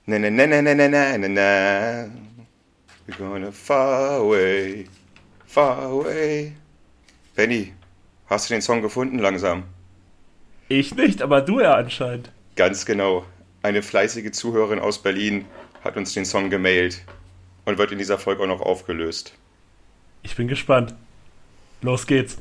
Na na na na na na na na na. We're gonna far away, far away. Benny, hast du den Song gefunden langsam? Ich nicht, aber du ja anscheinend. Ganz genau. Eine fleißige Zuhörerin aus Berlin hat uns den Song gemailt und wird in dieser Folge auch noch aufgelöst. Ich bin gespannt. Los geht's.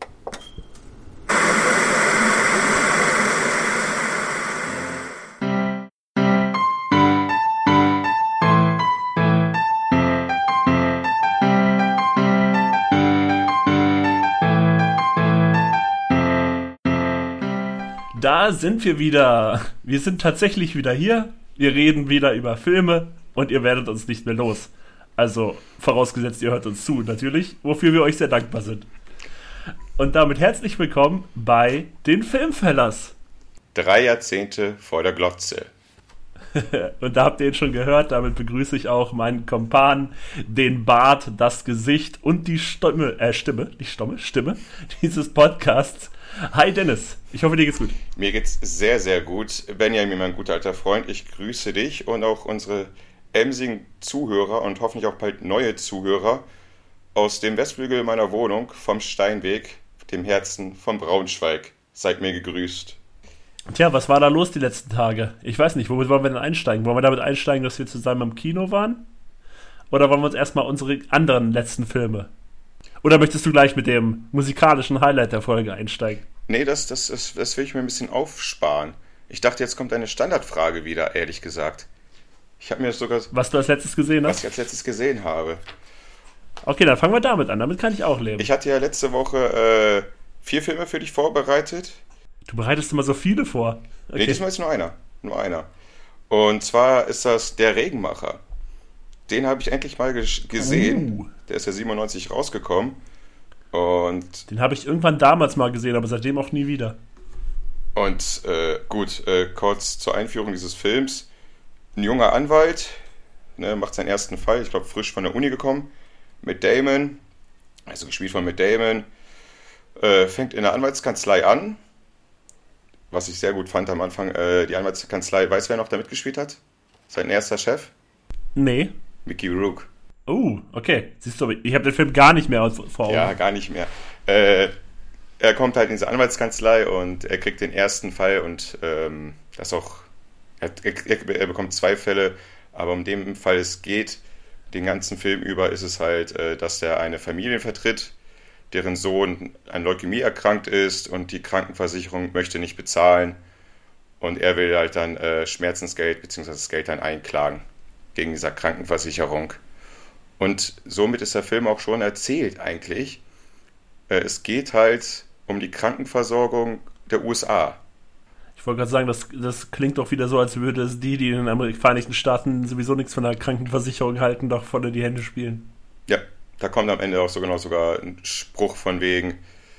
Da sind wir wieder. Wir sind tatsächlich wieder hier. Wir reden wieder über Filme und ihr werdet uns nicht mehr los. Also, vorausgesetzt, ihr hört uns zu, natürlich, wofür wir euch sehr dankbar sind. Und damit herzlich willkommen bei den Filmfellers. 3 Jahrzehnte vor der Glotze. Und da habt ihr ihn schon gehört, damit begrüße ich auch meinen Kompan, den Bart, das Gesicht und die Stimme dieses Podcasts. Hi Dennis, ich hoffe dir geht's gut. Mir geht's sehr, sehr gut. Benjamin, mein guter alter Freund, ich grüße dich und auch unsere emsigen Zuhörer und hoffentlich auch bald neue Zuhörer aus dem Westflügel meiner Wohnung vom Steinweg, dem Herzen von Braunschweig. Seid mir gegrüßt. Tja, was war da los die letzten Tage? Ich weiß nicht, womit wollen wir denn einsteigen? Wollen wir damit einsteigen, dass wir zusammen im Kino waren? Oder wollen wir uns erstmal unsere anderen letzten Filme? Oder möchtest du gleich mit dem musikalischen Highlight der Folge einsteigen? Nee, das will ich mir ein bisschen aufsparen. Ich dachte, jetzt kommt eine Standardfrage wieder, ehrlich gesagt. Ich habe mir sogar... Was du als letztes gesehen hast? Was ich als letztes gesehen habe. Okay, dann fangen wir damit an. Damit kann ich auch leben. Ich hatte ja letzte Woche 4 Filme für dich vorbereitet. Du bereitest immer so viele vor. Okay. Nee, diesmal ist nur einer. Nur einer. Und zwar ist das Der Regenmacher. Den habe ich endlich mal gesehen. Der ist ja 97 rausgekommen. Und den habe ich irgendwann damals mal gesehen, aber seitdem auch nie wieder. Und kurz zur Einführung dieses Films. Ein junger Anwalt, macht seinen ersten Fall, ich glaube frisch von der Uni gekommen, Matt Damon, also gespielt von Matt Damon, fängt in der Anwaltskanzlei an. Was ich sehr gut fand am Anfang, die Anwaltskanzlei, weißt du, wer noch da mitgespielt hat? Sein erster Chef? Nee. Mickey Rourke. Oh, okay. Siehst du, ich habe den Film gar nicht mehr vor Augen. Ja, gar nicht mehr. Er kommt halt in diese Anwaltskanzlei und er kriegt den ersten Fall und das auch, er bekommt 2 Fälle, aber um den Fall es geht, den ganzen Film über ist es halt, dass er eine Familie vertritt, deren Sohn an Leukämie erkrankt ist und die Krankenversicherung möchte nicht bezahlen und er will halt dann Schmerzensgeld bzw. das Geld dann einklagen gegen dieser Krankenversicherung. Und somit ist der Film auch schon erzählt eigentlich. Es geht halt um die Krankenversorgung der USA. Ich wollte gerade sagen, das klingt doch wieder so, als würde es die in den Vereinigten Staaten sowieso nichts von der Krankenversicherung halten, doch voll in die Hände spielen. Ja, da kommt am Ende auch sogar ein Spruch von wegen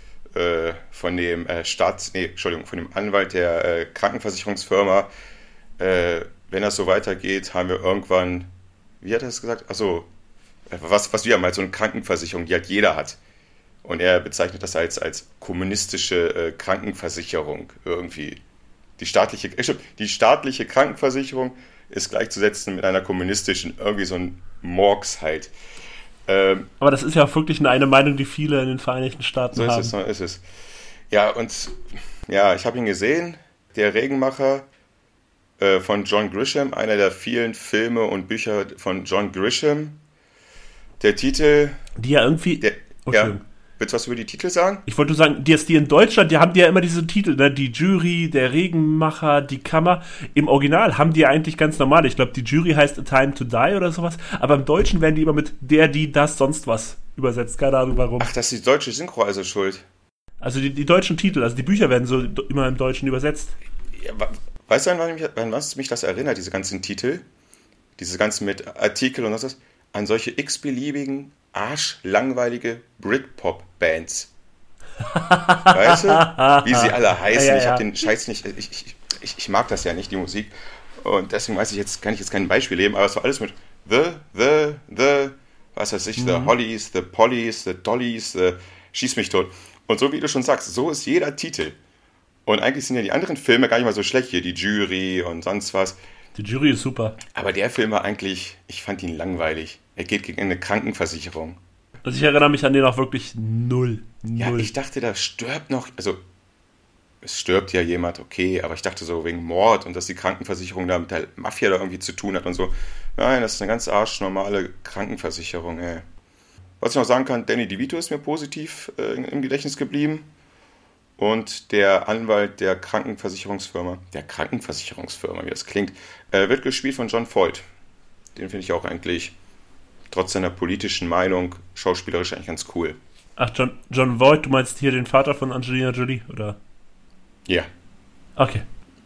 von dem von dem Anwalt der Krankenversicherungsfirma. Wenn das so weitergeht, haben wir irgendwann, wie hat er das gesagt? Achso, was wir haben, halt so eine Krankenversicherung, die halt jeder hat. Und er bezeichnet das als kommunistische Krankenversicherung irgendwie. Die staatliche Krankenversicherung ist gleichzusetzen mit einer kommunistischen, irgendwie so ein Murks halt. Aber das ist ja wirklich eine Meinung, die viele in den Vereinigten Staaten haben. So ist es. Ja, ich habe ihn gesehen, Der Regenmacher von John Grisham, einer der vielen Filme und Bücher von John Grisham. Der Titel... Die ja irgendwie... Willst du was über die Titel sagen? Ich wollte nur sagen, die in Deutschland, die haben ja immer diese Titel, ne? Die Jury, der Regenmacher, die Kammer. Im Original haben die ja eigentlich ganz normal. Ich glaube, die Jury heißt A Time to Die oder sowas. Aber im Deutschen werden die immer mit der, die, das, sonst was übersetzt. Keine Ahnung warum. Ach, das ist die deutsche Synchro also schuld. Also die deutschen Titel, also die Bücher werden so immer im Deutschen übersetzt. Ja, weißt du, an was mich das erinnert, diese ganzen Titel? Diese ganzen mit Artikel und was? An solche x-beliebigen arschlangweilige Britpop-Bands. Weißt du? Wie sie alle heißen. Ja. Ich habe den Scheiß nicht... Ich mag das ja nicht, die Musik. Und deswegen kann ich jetzt kein Beispiel geben, aber es war alles mit the, was weiß ich, the Hollies, the Pollies, the Dollies, the Schieß mich tot. Und so wie du schon sagst, so ist jeder Titel. Und eigentlich sind ja die anderen Filme gar nicht mal so schlecht hier, die Jury und sonst was. Die Jury ist super. Aber der Film war eigentlich, ich fand ihn langweilig. Er geht gegen eine Krankenversicherung. Also ich erinnere mich an den auch wirklich null. Ja, ich dachte, da stirbt noch, also es stirbt ja jemand, okay, aber ich dachte so wegen Mord und dass die Krankenversicherung da mit der Mafia da irgendwie zu tun hat und so. Nein, das ist eine ganz arschnormale Krankenversicherung, ey. Was ich noch sagen kann, Danny DeVito ist mir positiv im Gedächtnis geblieben. Und der Anwalt der Krankenversicherungsfirma, wie das klingt, wird gespielt von John Voight. Den finde ich auch eigentlich, trotz seiner politischen Meinung, schauspielerisch eigentlich ganz cool. Ach, John Voight, du meinst hier den Vater von Angelina Jolie, oder? Ja. Okay.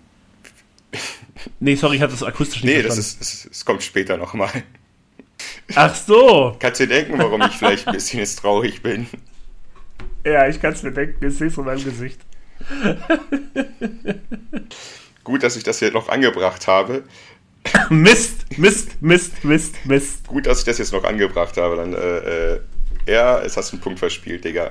Nee, sorry, ich hatte das akustisch nicht verstanden. Nee, es kommt später nochmal. Ach so. Kannst du dir denken, warum ich vielleicht ein bisschen jetzt traurig bin? Ja, ich kann es mir denken, ich sehe es von meinem Gesicht. Gut, dass ich das hier noch angebracht habe. Mist. Gut, dass ich das jetzt noch angebracht habe. Dann, ja, es hast einen Punkt verspielt, Digga.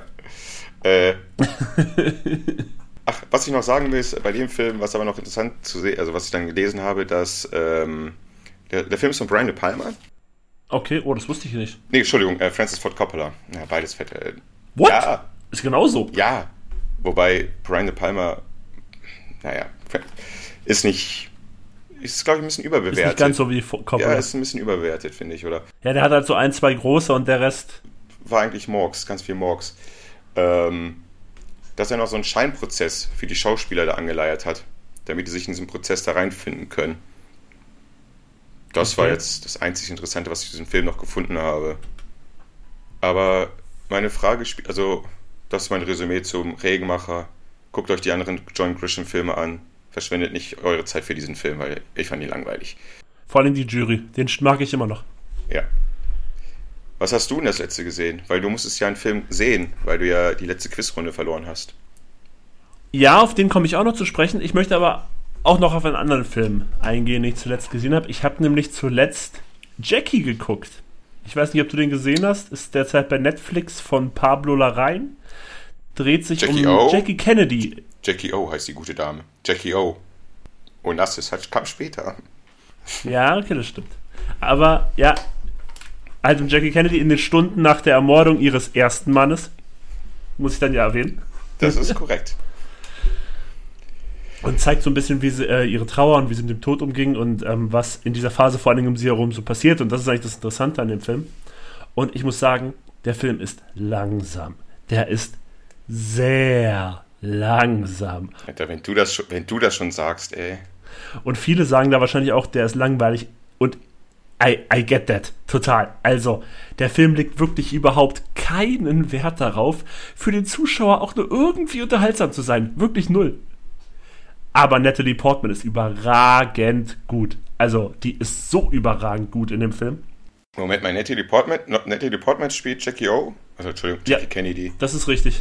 Ach, was ich noch sagen will, ist bei dem Film, was aber noch interessant zu sehen, also was ich dann gelesen habe, dass der Film ist von Brian De Palma. Okay, oh, das wusste ich nicht. Nee, Entschuldigung, Francis Ford Coppola. Ja, beides fett. What? Ja. Ist genauso. Ja, wobei Brian De Palma, naja, ist, glaube ich, ein bisschen überbewertet. Ist nicht ganz so wie Coppola. Ja, ist ein bisschen überbewertet, finde ich, oder? Ja, der hat halt so 1, 2 große und der Rest... War eigentlich Murks, ganz viel Murks. Dass er noch so einen Scheinprozess für die Schauspieler da angeleiert hat, damit die sich in diesen Prozess da reinfinden können. Das war jetzt das einzig Interessante, was ich in diesem Film noch gefunden habe. Aber meine Frage spielt, also das ist mein Resümee zum Regenmacher. Guckt euch die anderen John Grisham-Filme an. Verschwendet nicht eure Zeit für diesen Film, weil ich fand ihn langweilig. Vor allem die Jury, den mag ich immer noch. Ja. Was hast du denn das letzte gesehen? Weil du musstest ja einen Film sehen, weil du ja die letzte Quizrunde verloren hast. Ja, auf den komme ich auch noch zu sprechen. Ich möchte aber auch noch auf einen anderen Film eingehen, den ich zuletzt gesehen habe. Ich habe nämlich zuletzt Jackie geguckt. Ich weiß nicht, ob du den gesehen hast. Ist derzeit bei Netflix von Pablo Larraín. Dreht sich Jackie um O? Jackie Kennedy. Jackie O heißt die gute Dame. Jackie O. Und das kam später. Ja, okay, das stimmt. Aber ja, halt um Jackie Kennedy in den Stunden nach der Ermordung ihres ersten Mannes. Muss ich dann ja erwähnen. Das ist korrekt. Und zeigt so ein bisschen, wie sie ihre Trauer und wie sie mit dem Tod umging und was in dieser Phase vor allen Dingen um sie herum so passiert. Und das ist eigentlich das Interessante an dem Film. Und ich muss sagen, der Film ist langsam. Der ist sehr langsam. Alter, wenn du das schon sagst, ey. Und viele sagen da wahrscheinlich auch, der ist langweilig. Und I get that. Total. Also, der Film legt wirklich überhaupt keinen Wert darauf, für den Zuschauer auch nur irgendwie unterhaltsam zu sein. Wirklich null. Aber Natalie Portman ist überragend gut. Also, die ist so überragend gut in dem Film. Moment mal, Natalie Portman spielt Jackie O? Also, Entschuldigung, Jackie Kennedy. Das ist richtig.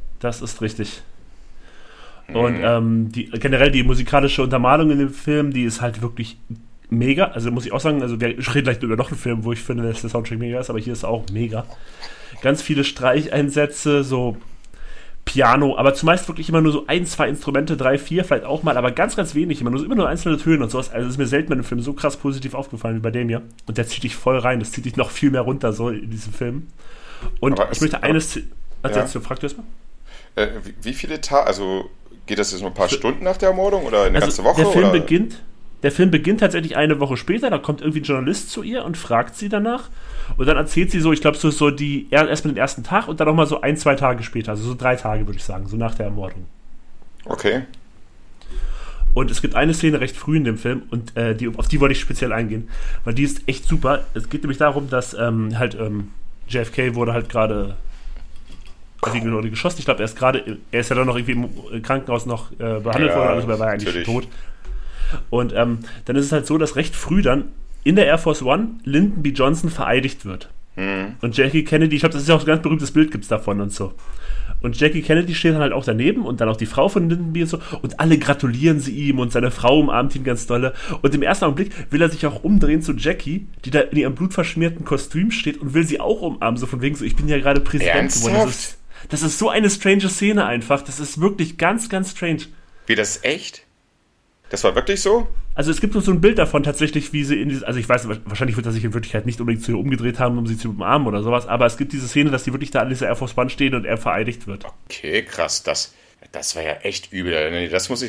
Und generell die musikalische Untermalung in dem Film, die ist halt wirklich mega. Also muss ich auch sagen, also wir reden gleich über noch einen Film, wo ich finde, dass der Soundtrack mega ist, aber hier ist auch mega. Ganz viele Streicheinsätze, so Piano, aber zumeist wirklich immer nur so 1, 2 Instrumente, 3, 4 vielleicht auch mal, aber ganz, ganz wenig, immer nur einzelne Töne und sowas. Also ist mir selten bei einem Film so krass positiv aufgefallen wie bei dem hier. Und der zieht dich voll rein, das zieht dich noch viel mehr runter, so in diesem Film. Und ich möchte eines... Frag du erst mal. Wie viele Tage, also geht das jetzt nur ein paar Stunden nach der Ermordung oder eine ganze Woche? Der Film beginnt tatsächlich eine Woche später, da kommt irgendwie ein Journalist zu ihr und fragt sie danach. Und dann erzählt sie so, ich glaube, erstmal den ersten Tag und dann nochmal so 1, 2 Tage später, also so 3 Tage, würde ich sagen, so nach der Ermordung. Okay. Und es gibt eine Szene recht früh in dem Film und auf die wollte ich speziell eingehen, weil die ist echt super. Es geht nämlich darum, dass JFK wurde halt gerade geschossen. Ich glaube, er ist ja dann noch irgendwie im Krankenhaus noch behandelt worden, also er war ja eigentlich tot. Und dann ist es halt so, dass recht früh dann in der Air Force One Lyndon B. Johnson vereidigt wird. Und Jackie Kennedy, ich glaube, das ist ja auch ein ganz berühmtes Bild, gibt es davon und so. Und Jackie Kennedy steht dann halt auch daneben und dann auch die Frau von Lyndon B. und so und alle gratulieren sie ihm und seine Frau umarmt ihn ganz dolle. Und im ersten Augenblick will er sich auch umdrehen zu Jackie, die da in ihrem blutverschmierten Kostüm steht und will sie auch umarmen, so von wegen so, ich bin ja gerade Präsident geworden. Das ist so eine strange Szene einfach. Das ist wirklich ganz, ganz strange. Wie, das ist echt? Das war wirklich so? Also es gibt so ein Bild davon tatsächlich, wie sie in dieses, also ich weiß, wahrscheinlich wird er sich in Wirklichkeit nicht unbedingt zu ihr umgedreht haben, um sie zu umarmen oder sowas, aber es gibt diese Szene, dass die wirklich da an dieser Air Force One stehen und er vereidigt wird. Okay, krass, das war ja echt übel. Nee, das muss ich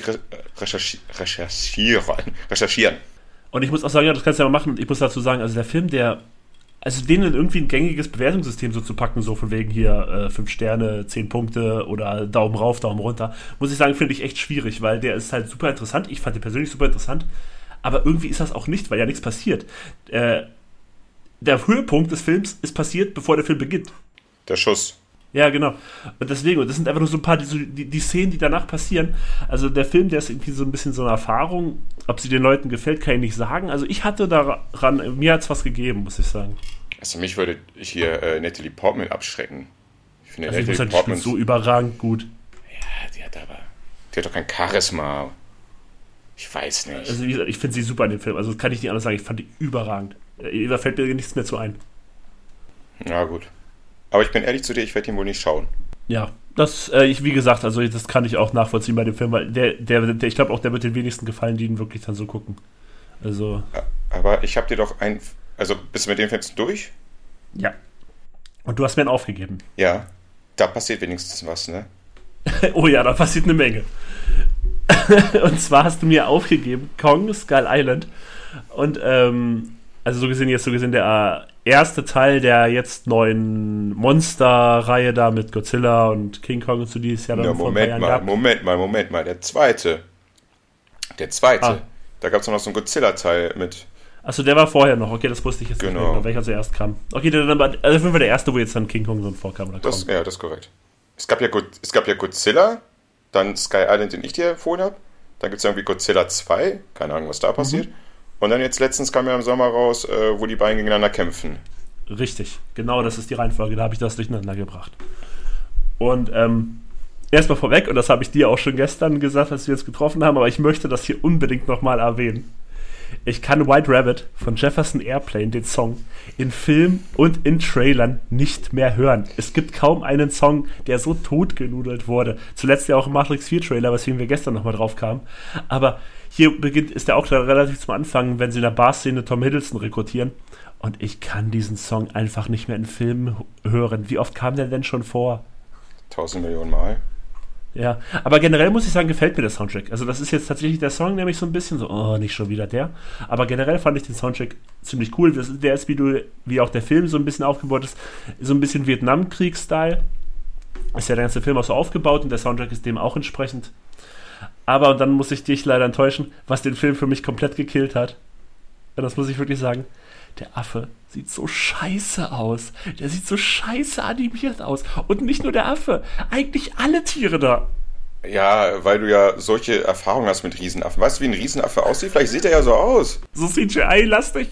recherchieren. Und ich muss auch sagen, ja, das kannst du ja mal machen. Ich muss dazu sagen, also der Film, also denen irgendwie ein gängiges Bewertungssystem so zu packen, so von wegen hier 5 Sterne, 10 Punkte oder Daumen rauf, Daumen runter, muss ich sagen, finde ich echt schwierig, weil der ist halt super interessant. Ich fand den persönlich super interessant, aber irgendwie ist das auch nicht, weil ja nichts passiert. Der Höhepunkt des Films ist passiert, bevor der Film beginnt. Der Schuss. Ja, genau. Und deswegen, und das sind einfach nur so ein paar, die Szenen, die danach passieren. Also der Film, der ist irgendwie so ein bisschen so eine Erfahrung. Ob sie den Leuten gefällt, kann ich nicht sagen. Also ich hatte daran, mir hat es was gegeben, muss ich sagen. Also mich würde hier Natalie Portman abschrecken. Ich finde also Natalie Portman so überragend gut. Ja, die hat doch kein Charisma. Ich weiß nicht. Also wie gesagt, ich finde sie super in dem Film. Also das kann ich nicht anders sagen. Ich fand die überragend. Da fällt mir nichts mehr zu ein. Na gut. Aber ich bin ehrlich zu dir, ich werde ihn wohl nicht schauen. Ja, wie gesagt, also das kann ich auch nachvollziehen bei dem Film, weil ich glaube auch, der wird den wenigsten gefallen, die ihn wirklich dann so gucken. Also. Aber ich habe dir doch also bist du mit dem Film durch? Ja. Und du hast mir einen aufgegeben. Ja, da passiert wenigstens was, ne? Oh ja, da passiert eine Menge. Und zwar hast du mir aufgegeben Kong, Skull Island. Und also so gesehen der erste Teil der jetzt neuen Monster-Reihe da mit Godzilla und King Kong und so, die es ja dann vor ein paar Jahren gab. Moment mal, der zweite. Da gab es noch so einen Godzilla-Teil mit. Achso, der war vorher noch. Okay, das wusste ich jetzt nicht mehr, welcher zuerst kam. Okay, also auf jeden Fall der erste, wo jetzt dann King Kong so vorkam. Oder das ist korrekt. Es gab ja Godzilla, dann Sky Island, den ich dir empfohlen habe. Dann gibt es irgendwie Godzilla 2, keine Ahnung, was da passiert. Und dann jetzt letztens kam ja im Sommer raus, wo die beiden gegeneinander kämpfen. Richtig, genau, das ist die Reihenfolge, da habe ich das durcheinander gebracht. Und erstmal vorweg, und das habe ich dir auch schon gestern gesagt, als wir uns getroffen haben, aber ich möchte das hier unbedingt nochmal erwähnen. Ich kann White Rabbit von Jefferson Airplane, den Song, in Film und in Trailern nicht mehr hören. Es gibt kaum einen Song, der so totgenudelt wurde. Zuletzt ja auch im Matrix 4 Trailer, weswegen wir gestern nochmal drauf kamen. Aber hier ist der auch relativ zum Anfang, wenn sie in der Bar-Szene Tom Hiddleston rekrutieren. Und ich kann diesen Song einfach nicht mehr in Filmen hören. Wie oft kam der denn schon vor? 1000 Millionen Mal. Ja, aber generell muss ich sagen, gefällt mir der Soundtrack. Also das ist jetzt tatsächlich der Song, der mich so ein bisschen so, oh, nicht schon wieder der. Aber generell fand ich den Soundtrack ziemlich cool. Der ist, wie auch der Film so ein bisschen aufgebaut ist, so ein bisschen Vietnamkrieg-Style. Ist ja der ganze Film auch so aufgebaut und der Soundtrack ist dem auch entsprechend. Aber, und dann muss ich dich leider enttäuschen, was den Film für mich komplett gekillt hat. Und das muss ich wirklich sagen. Der Affe sieht so scheiße aus. Der sieht so scheiße animiert aus. Und nicht nur der Affe, eigentlich alle Tiere da. Ja, weil du ja solche Erfahrungen hast mit Riesenaffen. Weißt du, wie ein Riesenaffe aussieht? Vielleicht sieht er ja so aus. So CGI-lastig?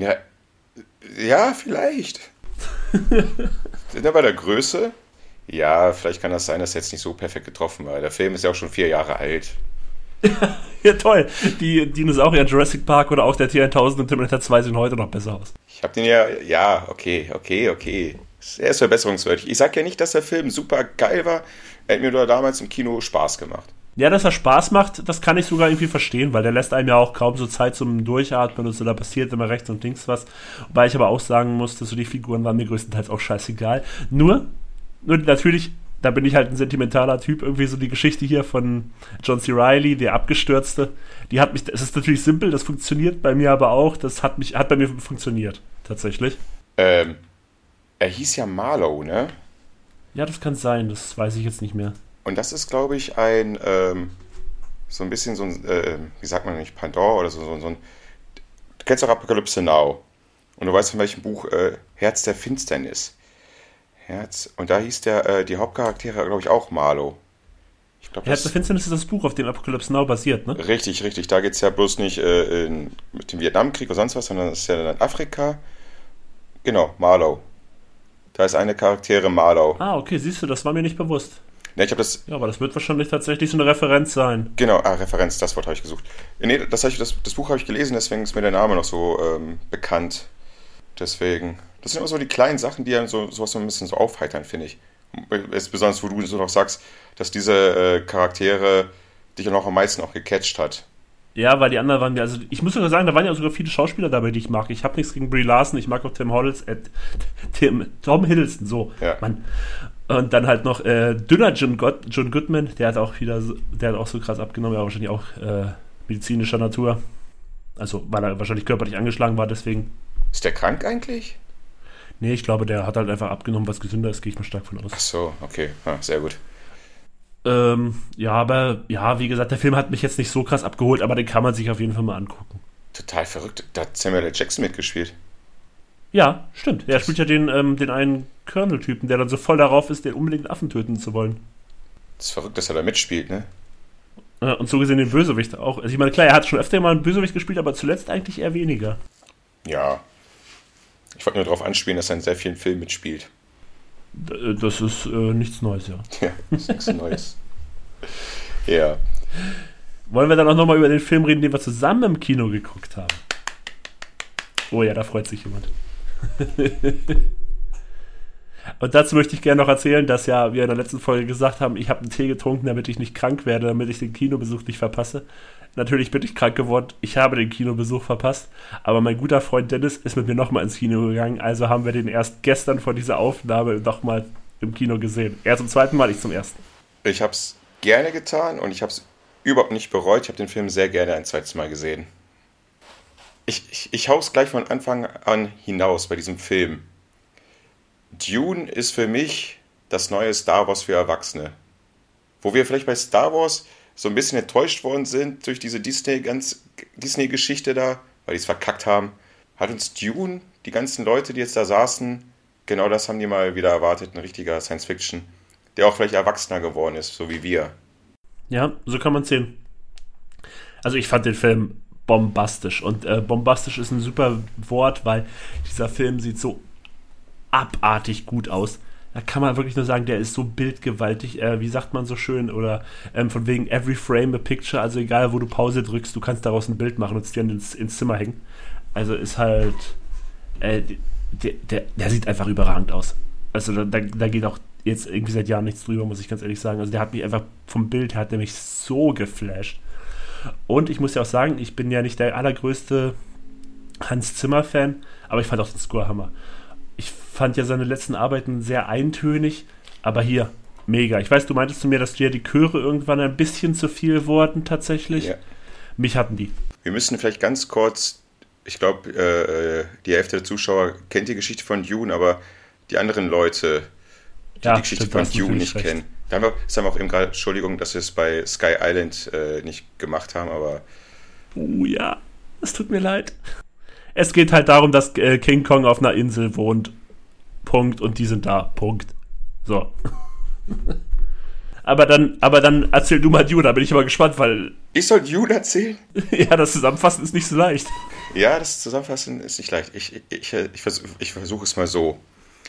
Ja, vielleicht. Sind er bei der Größe? Ja, vielleicht kann das sein, dass er jetzt nicht so perfekt getroffen war. Der Film ist ja auch schon 4 Jahre alt. Ja, toll. Die Dinosaurier in Jurassic Park oder auch der T-1000 und Terminator 2 sehen heute noch besser aus. Ich hab den okay. Er ist verbesserungswürdig. Ich sag ja nicht, dass der Film super geil war. Er hat mir nur damals im Kino Spaß gemacht. Ja, dass er Spaß macht, das kann ich sogar irgendwie verstehen, weil der lässt einem ja auch kaum so Zeit zum Durchatmen und so, da passiert immer rechts und links was. Wobei ich aber auch sagen musste, so die Figuren waren mir größtenteils auch scheißegal. Nur natürlich, da bin ich halt ein sentimentaler Typ, irgendwie so die Geschichte hier von John C. Reilly, der Abgestürzte, es ist natürlich simpel, das funktioniert bei mir aber auch, das hat bei mir funktioniert, tatsächlich. Er hieß ja Marlowe, ne? Ja, das kann sein, das weiß ich jetzt nicht mehr. Und das ist, glaube ich, so ein bisschen so ein, wie sagt man nicht, Pandora oder so ein, du kennst auch Apocalypse Now. Und du weißt von welchem Buch Herz der Finsternis. Und da hieß die Hauptcharaktere, glaube ich, auch Marlowe. Ich glaub, Herz der Finsternis ist das Buch, auf dem Apocalypse Now basiert, ne? Richtig. Da geht es ja bloß nicht mit dem Vietnamkrieg oder sonst was, sondern es ist ja dann Afrika. Genau, Marlowe. Da ist eine Charaktere Marlowe. Ah, okay, siehst du, das war mir nicht bewusst. Ne, ich habe das. Ja, aber das wird wahrscheinlich tatsächlich so eine Referenz sein. Genau, Referenz, das Wort habe ich gesucht. Nee, das Buch habe ich gelesen, deswegen ist mir der Name noch so bekannt. Deswegen. Das sind immer so die kleinen Sachen, die ja sowas so ein bisschen so aufheitern, finde ich. Besonders, wo du so noch sagst, dass diese Charaktere dich ja noch am meisten auch gecatcht hat. Ja, weil die anderen waren mir, also ich muss sogar sagen, da waren ja sogar viele Schauspieler dabei, die ich mag. Ich habe nichts gegen Brie Larson, ich mag auch Tom Hiddleston, so, Ja. Mann. Und dann halt noch dünner John Goodman, der hat auch so krass abgenommen, ja, wahrscheinlich auch medizinischer Natur. Also, weil er wahrscheinlich körperlich angeschlagen war, deswegen. Ist der krank eigentlich? Nee, ich glaube, der hat halt einfach abgenommen, was gesünder ist, gehe ich mal stark von aus. Ach so, okay. Sehr gut. Ja, aber, ja, wie gesagt, der Film hat mich jetzt nicht so krass abgeholt, aber den kann man sich auf jeden Fall mal angucken. Total verrückt. Da hat Samuel L. Jackson mitgespielt. Ja, stimmt. Er spielt ja den einen Colonel-Typen, der dann so voll darauf ist, den unbedingt Affen töten zu wollen. Das ist verrückt, dass er da mitspielt, ne? Und so gesehen den Bösewicht auch. Also ich meine, klar, er hat schon öfter mal einen Bösewicht gespielt, aber zuletzt eigentlich eher weniger. Ja. Ich wollte nur darauf anspielen, dass er in sehr vielen Filmen mitspielt. Das ist nichts Neues, ja. Ja, das ist nichts Neues. Ja. Wollen wir dann auch nochmal über den Film reden, den wir zusammen im Kino geguckt haben? Oh ja, da freut sich jemand. Und dazu möchte ich gerne noch erzählen, dass ja wir in der letzten Folge gesagt haben, ich habe einen Tee getrunken, damit ich nicht krank werde, damit ich den Kinobesuch nicht verpasse. Natürlich bin ich krank geworden, ich habe den Kinobesuch verpasst, aber mein guter Freund Dennis ist mit mir nochmal ins Kino gegangen, also haben wir den erst gestern vor dieser Aufnahme nochmal im Kino gesehen. Er zum zweiten Mal, ich zum ersten. Ich habe es gerne getan und ich habe es überhaupt nicht bereut. Ich habe den Film sehr gerne ein zweites Mal gesehen. Ich hau's gleich von Anfang an hinaus bei diesem Film. Dune ist für mich das neue Star Wars für Erwachsene. Wo wir vielleicht bei Star Wars so ein bisschen enttäuscht worden sind durch diese Disney-Geschichte da, weil die es verkackt haben, hat uns Dune, die ganzen Leute, die jetzt da saßen, genau das haben die mal wieder erwartet, ein richtiger Science-Fiction, der auch vielleicht erwachsener geworden ist, so wie wir. Ja, so kann man es sehen. Also ich fand den Film bombastisch und bombastisch ist ein super Wort, weil dieser Film sieht so abartig gut aus. Da kann man wirklich nur sagen, der ist so bildgewaltig, wie sagt man so schön, oder von wegen every frame a picture, also egal wo du Pause drückst, du kannst daraus ein Bild machen und es dir ins Zimmer hängen. Also ist halt, der sieht einfach überragend aus. Also da geht auch jetzt irgendwie seit Jahren nichts drüber, muss ich ganz ehrlich sagen. Also der hat mich einfach vom Bild her, hat der mich so geflasht. Und ich muss ja auch sagen, ich bin ja nicht der allergrößte Hans Zimmer-Fan, aber ich fand auch den Score Hammer. Ich fand ja seine letzten Arbeiten sehr eintönig, aber hier, mega. Ich weiß, du meintest zu mir, dass dir die Chöre irgendwann ein bisschen zu viel wurden, tatsächlich. Ja. Mich hatten die. Wir müssen vielleicht ganz kurz, ich glaube, die Hälfte der Zuschauer kennt die Geschichte von Dune, aber die anderen Leute, die die Geschichte von Dune nicht kennen. Das haben wir auch eben gerade, Entschuldigung, dass wir es bei Sky Island nicht gemacht haben, aber... Oh ja, es tut mir leid. Es geht halt darum, dass King Kong auf einer Insel wohnt. Punkt. Und die sind da. Punkt. So. aber dann erzähl du mal Dune, da bin ich aber gespannt, weil... Ich soll Dune erzählen? Ja, das Zusammenfassen ist nicht so leicht. Ja, das Zusammenfassen ist nicht leicht. Ich versuche es mal so.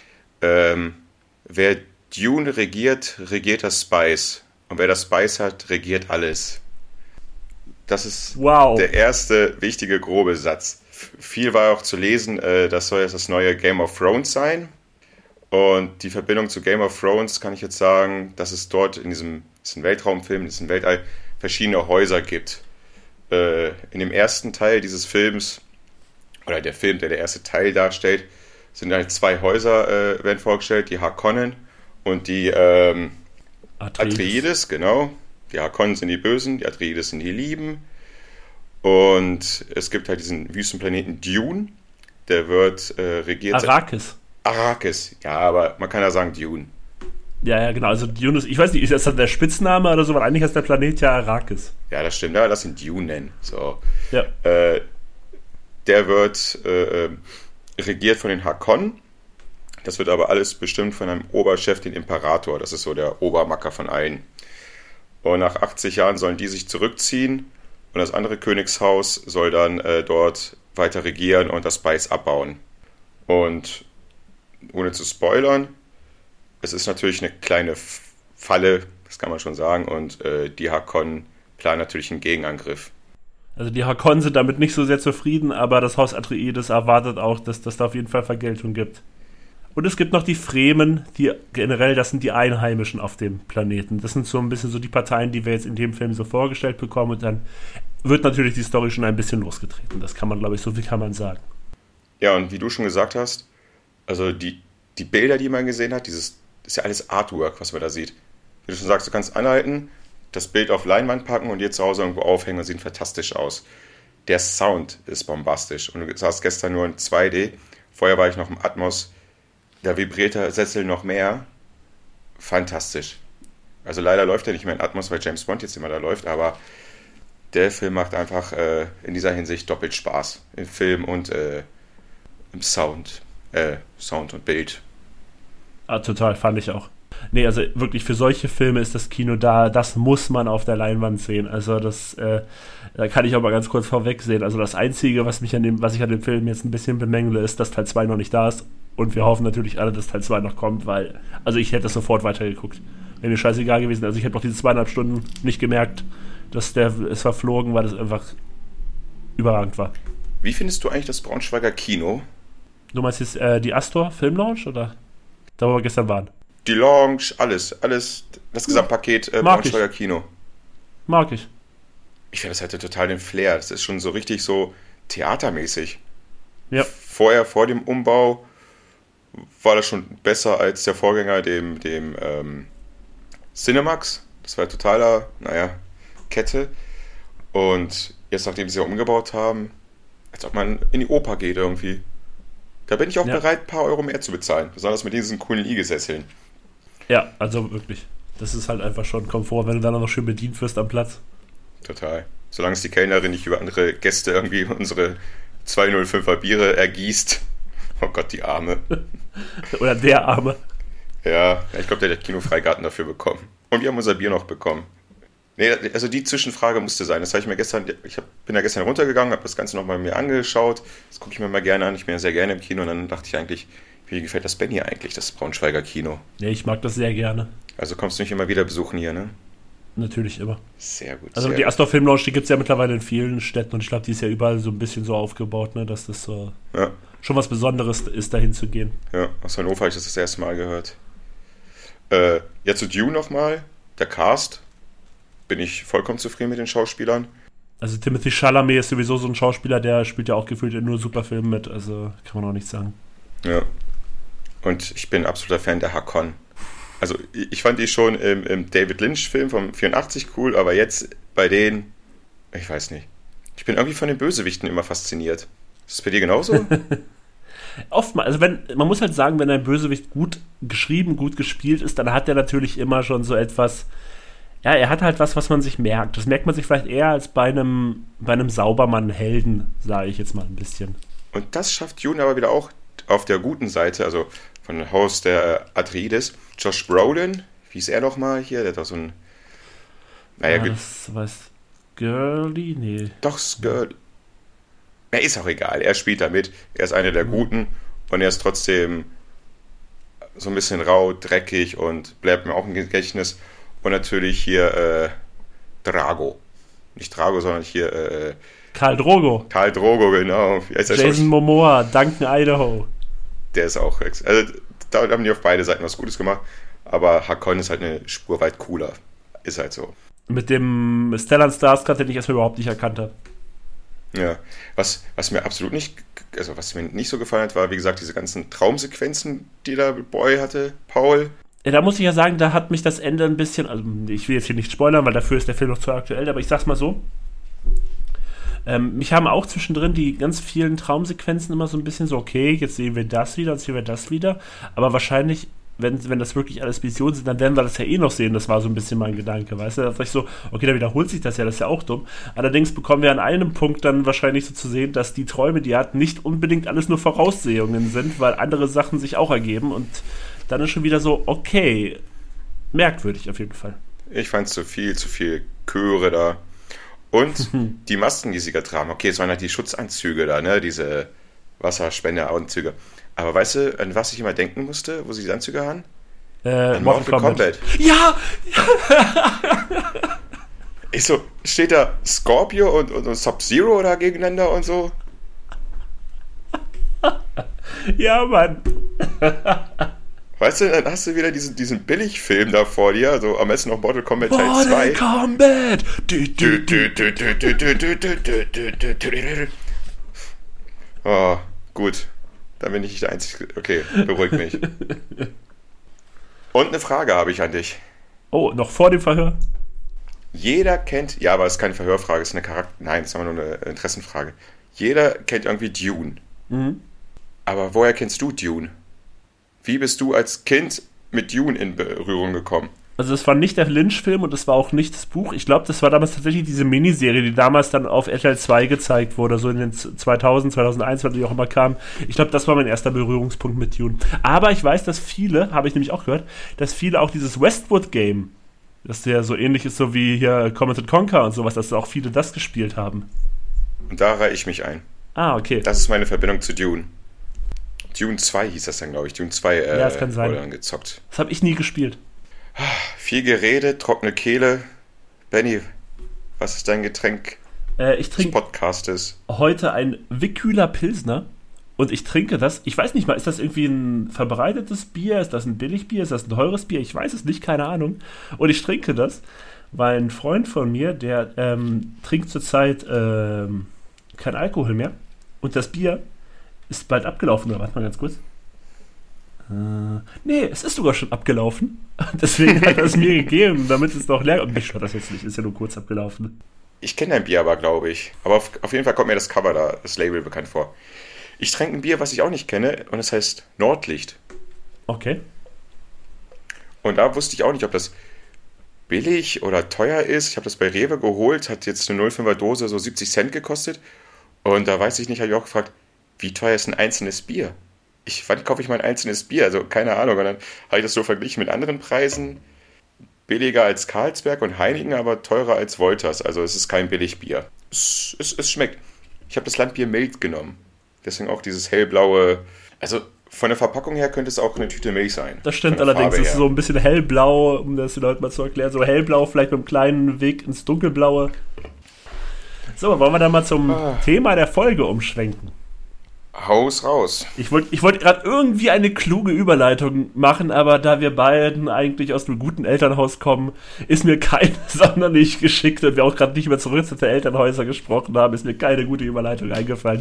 Wer Dune regiert, regiert das Spice. Und wer das Spice hat, regiert alles. Das ist der erste wichtige grobe Satz. Viel war auch zu lesen, das soll jetzt das neue Game of Thrones sein. Und die Verbindung zu Game of Thrones kann ich jetzt sagen, dass es dort in diesem, das ist ein Weltraumfilm, in diesem Weltall, verschiedene Häuser gibt. In dem ersten Teil dieses Films, oder der Film, der erste Teil darstellt, sind halt zwei Häuser werden vorgestellt, die Harkonnen und die Atreides, genau. Die Harkonnen sind die Bösen, die Atreides sind die Lieben. Und es gibt halt diesen Wüstenplaneten Dune, der wird regiert... Arrakis, ja, aber man kann ja sagen Dune. Ja, genau, also Dune ist, ich weiß nicht, ist das der Spitzname oder so, weil eigentlich heißt der Planet ja Arrakis. Ja, das stimmt, ja, lass ihn Dune nennen. So. Ja. Der wird regiert von den Harkonnen. Das wird aber alles bestimmt von einem Oberchef, den Imperator. Das ist so der Obermacker von allen. Und nach 80 Jahren sollen die sich zurückziehen und das andere Königshaus soll dann dort weiter regieren und das Spice abbauen. Und ohne zu spoilern, es ist natürlich eine kleine Falle, das kann man schon sagen, und die Harkonnen planen natürlich einen Gegenangriff. Also die Harkonnen sind damit nicht so sehr zufrieden, aber das Haus Atreides erwartet auch, dass das da auf jeden Fall Vergeltung gibt. Und es gibt noch die Fremen, die generell, das sind die Einheimischen auf dem Planeten. Das sind so ein bisschen so die Parteien, die wir jetzt in dem Film so vorgestellt bekommen. Und dann wird natürlich die Story schon ein bisschen losgetreten. Das kann man, glaube ich, so viel kann man sagen. Ja, und wie du schon gesagt hast, also die Bilder, die man gesehen hat, das ist ja alles Artwork, was man da sieht. Wie du schon sagst, du kannst anhalten, das Bild auf Leinwand packen und dir zu Hause irgendwo aufhängen und sieht fantastisch aus. Der Sound ist bombastisch. Und du saßt gestern nur in 2D. Vorher war ich noch im Atmos. Da vibriert der Sessel noch mehr. Fantastisch. Also leider läuft er nicht mehr in Atmos, weil James Bond jetzt immer da läuft, aber der Film macht einfach in dieser Hinsicht doppelt Spaß. Im Film und im Sound. Sound und Bild. Ah, total, fand ich auch. Nee, also wirklich für solche Filme ist das Kino da, das muss man auf der Leinwand sehen. Also da kann ich auch mal ganz kurz vorweg sehen. Also das Einzige, was ich an dem Film jetzt ein bisschen bemängle, ist, dass Teil 2 noch nicht da ist. Und wir hoffen natürlich alle, dass Teil 2 noch kommt, weil, also ich hätte sofort weitergeguckt. Wäre mir scheißegal gewesen. Also ich hätte noch diese 2,5 Stunden nicht gemerkt, dass es verflogen, weil das einfach überragend war. Wie findest du eigentlich das Braunschweiger Kino? Du meinst jetzt die Astor Film Lounge oder da, wo wir gestern waren? Die Lounge, alles, das Gesamtpaket Braunschweiger Kino. Mag ich. Ich finde, das hatte total den Flair. Das ist schon so richtig so theatermäßig. Ja. Vorher, vor dem Umbau, war das schon besser als der Vorgänger, dem Cinemax. Das war totaler, Kette. Und jetzt, nachdem sie ja umgebaut haben, als ob man in die Oper geht irgendwie. Da bin ich auch bereit, ein paar Euro mehr zu bezahlen. Besonders mit diesen coolen Liegesesseln. Ja, also wirklich. Das ist halt einfach schon Komfort, wenn du dann noch schön bedient wirst am Platz. Total. Solange es die Kellnerin nicht über andere Gäste irgendwie unsere 205er Biere ergießt. Oh Gott, die Arme. Oder der Arme. Ja, ich glaube, der hat Kinofreigarten dafür bekommen. Und wir haben unser Bier noch bekommen. Nee, also die Zwischenfrage musste sein. Das habe ich mir gestern, bin ja gestern runtergegangen, habe das Ganze nochmal mir angeschaut. Das gucke ich mir mal gerne an. Ich bin ja sehr gerne im Kino. Und dann dachte ich eigentlich, wie gefällt das Benny eigentlich, das Braunschweiger Kino? Nee, ich mag das sehr gerne. Also kommst du nicht immer wieder besuchen hier, ne? Natürlich immer. Sehr gut. Also die Astor Film Lounge, die gibt es ja mittlerweile in vielen Städten und ich glaube, die ist ja überall so ein bisschen so aufgebaut, ne, dass das so schon was Besonderes ist, dahin zu gehen. Ja, aus Hannover habe ich das erste Mal gehört. Ja, zu Dune nochmal. Der Cast. Bin ich vollkommen zufrieden mit den Schauspielern. Also Timothée Chalamet ist sowieso so ein Schauspieler, der spielt ja auch gefühlt in nur Superfilmen mit, also kann man auch nichts sagen. Ja. Und ich bin absoluter Fan der Hakon. Also ich fand die schon im David Lynch-Film vom 84 cool, aber jetzt bei denen, ich weiß nicht. Ich bin irgendwie von den Bösewichten immer fasziniert. Ist das bei dir genauso? Oftmals, also man muss halt sagen, wenn ein Bösewicht gut geschrieben, gut gespielt ist, dann hat er natürlich immer schon so etwas, ja, er hat halt was man sich merkt. Das merkt man sich vielleicht eher als bei einem Saubermann-Helden, sage ich jetzt mal ein bisschen. Und das schafft Dune aber wieder auch auf der guten Seite, also von Haus der Atreides. Josh Brolin, wie ist er nochmal hier? Der hat doch so ein... das weiß Girly? Nee. Doch, Girly. Ja, ist auch egal. Er spielt da mit. Er ist einer der Guten und er ist trotzdem so ein bisschen rau, dreckig und bleibt mir auch im Gedächtnis. Und natürlich hier Drago. Nicht Drago, sondern hier Khal Drogo. Khal Drogo, genau. Wie heißt der Jason Momoa, Duncan Idaho. Der ist auch... Also da haben die auf beide Seiten was Gutes gemacht. Aber Hakon ist halt eine Spur weit cooler. Ist halt so. Mit dem Stellan Skarsgård, den ich erstmal überhaupt nicht erkannt habe. Ja, was mir absolut nicht, also was mir nicht so gefallen hat, war, wie gesagt, diese ganzen Traumsequenzen, die da Boy hatte, Paul. Ja, da muss ich ja sagen, da hat mich das Ende ein bisschen, also ich will jetzt hier nicht spoilern, weil dafür ist der Film noch zu aktuell, aber ich sag's mal so. Mich haben auch zwischendrin die ganz vielen Traumsequenzen immer so ein bisschen so, okay, jetzt sehen wir das wieder, jetzt sehen wir das wieder, aber wahrscheinlich, wenn das wirklich alles Visionen sind, dann werden wir das ja eh noch sehen, das war so ein bisschen mein Gedanke, weißt du, da dachte ich so, okay, da wiederholt sich das ja, das ist ja auch dumm, allerdings bekommen wir an einem Punkt dann wahrscheinlich so zu sehen, dass die Träume, die er hat, nicht unbedingt alles nur Voraussehungen sind, weil andere Sachen sich auch ergeben und dann ist schon wieder so, okay, merkwürdig auf jeden Fall. Ich fand zu viel Chöre da. Und die Masken, die sie gerade tragen. Okay, es waren halt die Schutzanzüge da, ne? Diese Wasserspenderanzüge. Aber weißt du, an was ich immer denken musste, wo sie die Anzüge haben? An Mortal Kombat. Ja! Ich so, steht da Scorpio und Sub-Zero da gegeneinander und so? Ja, Mann. Weißt du, dann hast du wieder diesen Billigfilm da vor dir, so am besten noch Mortal Kombat Teil 2. Mortal Kombat! Oh, gut. Dann bin ich nicht der Einzige. Okay, beruhig mich. Und eine Frage habe ich an dich. Oh, noch vor dem Verhör? Jeder kennt, ja, aber es ist keine Verhörfrage, es ist eine Nein, es ist einfach nur eine Interessenfrage. Jeder kennt irgendwie Dune. Mhm. Aber woher kennst du Dune? Wie bist du als Kind mit Dune in Berührung gekommen? Also das war nicht der Lynch-Film und das war auch nicht das Buch. Ich glaube, das war damals tatsächlich diese Miniserie, die damals dann auf RTL 2 gezeigt wurde, so in den 2000, 2001, wann die auch immer kam. Ich glaube, das war mein erster Berührungspunkt mit Dune. Aber ich weiß, dass viele, habe ich nämlich auch gehört, dass viele auch dieses Westwood-Game, das ja so ähnlich ist, so wie hier Command & Conquer und sowas, dass auch viele das gespielt haben. Und da reihe ich mich ein. Ah, okay. Das ist meine Verbindung zu Dune. Dune 2 hieß das dann, glaube ich. Dune 2 ja, das kann sein. wurde dann gezockt. Das habe ich nie gespielt. Viel Gerede, trockene Kehle. Benny, was ist dein Getränk Ich des trinke Podcastes? heute ein Wickhüler Pilsner und ich trinke das. Ich weiß nicht mal, ist das irgendwie ein verbreitetes Bier? Ist das ein Billigbier? Ist das ein teures Bier? Ich weiß es nicht, keine Ahnung. Und ich trinke das, weil ein Freund von mir, der trinkt zurzeit kein Alkohol mehr und das Bier ist bald abgelaufen. Oder warte mal ganz kurz. Nee, es ist sogar schon abgelaufen. Deswegen hat er es mir gegeben, damit es noch leer... Und mich stört das jetzt nicht, ist ja nur kurz abgelaufen. Ich kenne dein Bier aber, glaube ich. Aber auf jeden Fall kommt mir das Cover da, das Label bekannt vor. Ich trinke ein Bier, was ich auch nicht kenne, und es heißt Nordlicht. Okay. Und da wusste ich auch nicht, ob das billig oder teuer ist. Ich habe das bei Rewe geholt, hat jetzt eine 0,5er Dose so 70 Cent gekostet. Und da weiß ich nicht, habe ich auch gefragt, wie teuer ist ein einzelnes Bier? Wann kaufe ich mein einzelnes Bier? Also keine Ahnung. Und dann habe ich das so verglichen mit anderen Preisen. Billiger als Carlsberg und Heineken, aber teurer als Wolters. Also es ist kein Billigbier. Es schmeckt. Ich habe das Landbier Mild genommen. Deswegen auch dieses hellblaue. Also von der Verpackung her könnte es auch eine Tüte Milch sein. Das stimmt allerdings. Es ist so ein bisschen hellblau, um das den Leuten mal zu erklären. So hellblau, vielleicht mit einem kleinen Weg ins Dunkelblaue. So, wollen wir dann mal zum Thema der Folge umschwenken? Haus raus. Ich wollte gerade irgendwie eine kluge Überleitung machen, aber da wir beiden eigentlich aus einem guten Elternhaus kommen, ist mir keine sonderlich geschickt und wir auch gerade nicht über zurücksetzte Elternhäuser gesprochen haben, ist mir keine gute Überleitung eingefallen.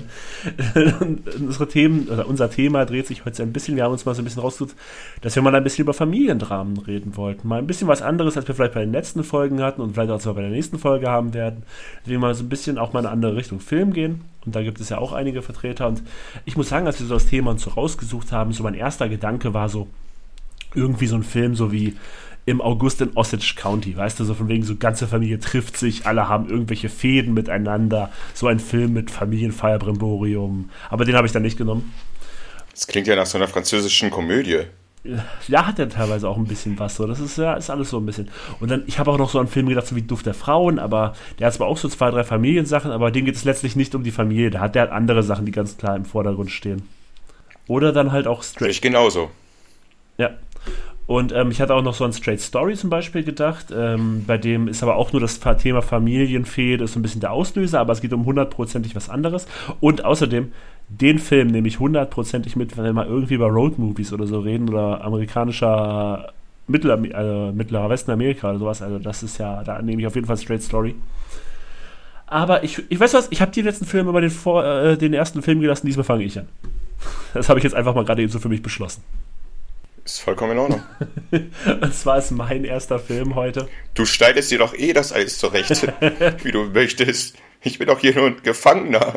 Unser Thema dreht sich heute ein bisschen, wir haben uns mal so ein bisschen rausgesucht, dass wir mal ein bisschen über Familiendramen reden wollten. Mal ein bisschen was anderes, als wir vielleicht bei den letzten Folgen hatten und vielleicht auch zwar bei der nächsten Folge haben werden. Wir mal so ein bisschen auch mal in eine andere Richtung Film gehen. Und da gibt es ja auch einige Vertreter. Und ich muss sagen, als wir so das Thema uns so rausgesucht haben, so mein erster Gedanke war so, irgendwie so ein Film, so wie im August in Osage County, weißt du, so von wegen so ganze Familie trifft sich, alle haben irgendwelche Fäden miteinander, so ein Film mit Familienfeierbrimborium. Aber den habe ich dann nicht genommen. Das klingt ja nach so einer französischen Komödie. Ja, hat er teilweise auch ein bisschen was, so. Das ist ja, ist alles so ein bisschen. Und dann, ich habe auch noch so an Filme gedacht, so wie Duft der Frauen, aber der hat zwar auch so 2, 3 Familiensachen, aber dem geht es letztlich nicht um die Familie. Der hat andere Sachen, die ganz klar im Vordergrund stehen. Oder dann halt auch Straight. Ich genauso. Ja. Und ich hatte auch noch so an Straight Story zum Beispiel gedacht, bei dem ist aber auch nur das Thema Familienfehde, ist so ein bisschen der Auslöser, aber es geht um 100%ig was anderes. Und außerdem, den Film nehme ich 100%ig mit, wenn wir mal irgendwie über Roadmovies oder so reden oder amerikanischer Mittlerer Westen Amerika oder sowas. Also das ist ja, da nehme ich auf jeden Fall Straight Story. Aber ich weiß was, ich habe die letzten Filme über den ersten Film gelassen, diesmal fange ich an. Das habe ich jetzt einfach mal gerade eben so für mich beschlossen. Ist vollkommen in Ordnung. Und zwar ist mein erster Film heute. Du schneidest dir doch das alles zurecht, wie du möchtest. Ich bin doch hier nur ein Gefangener.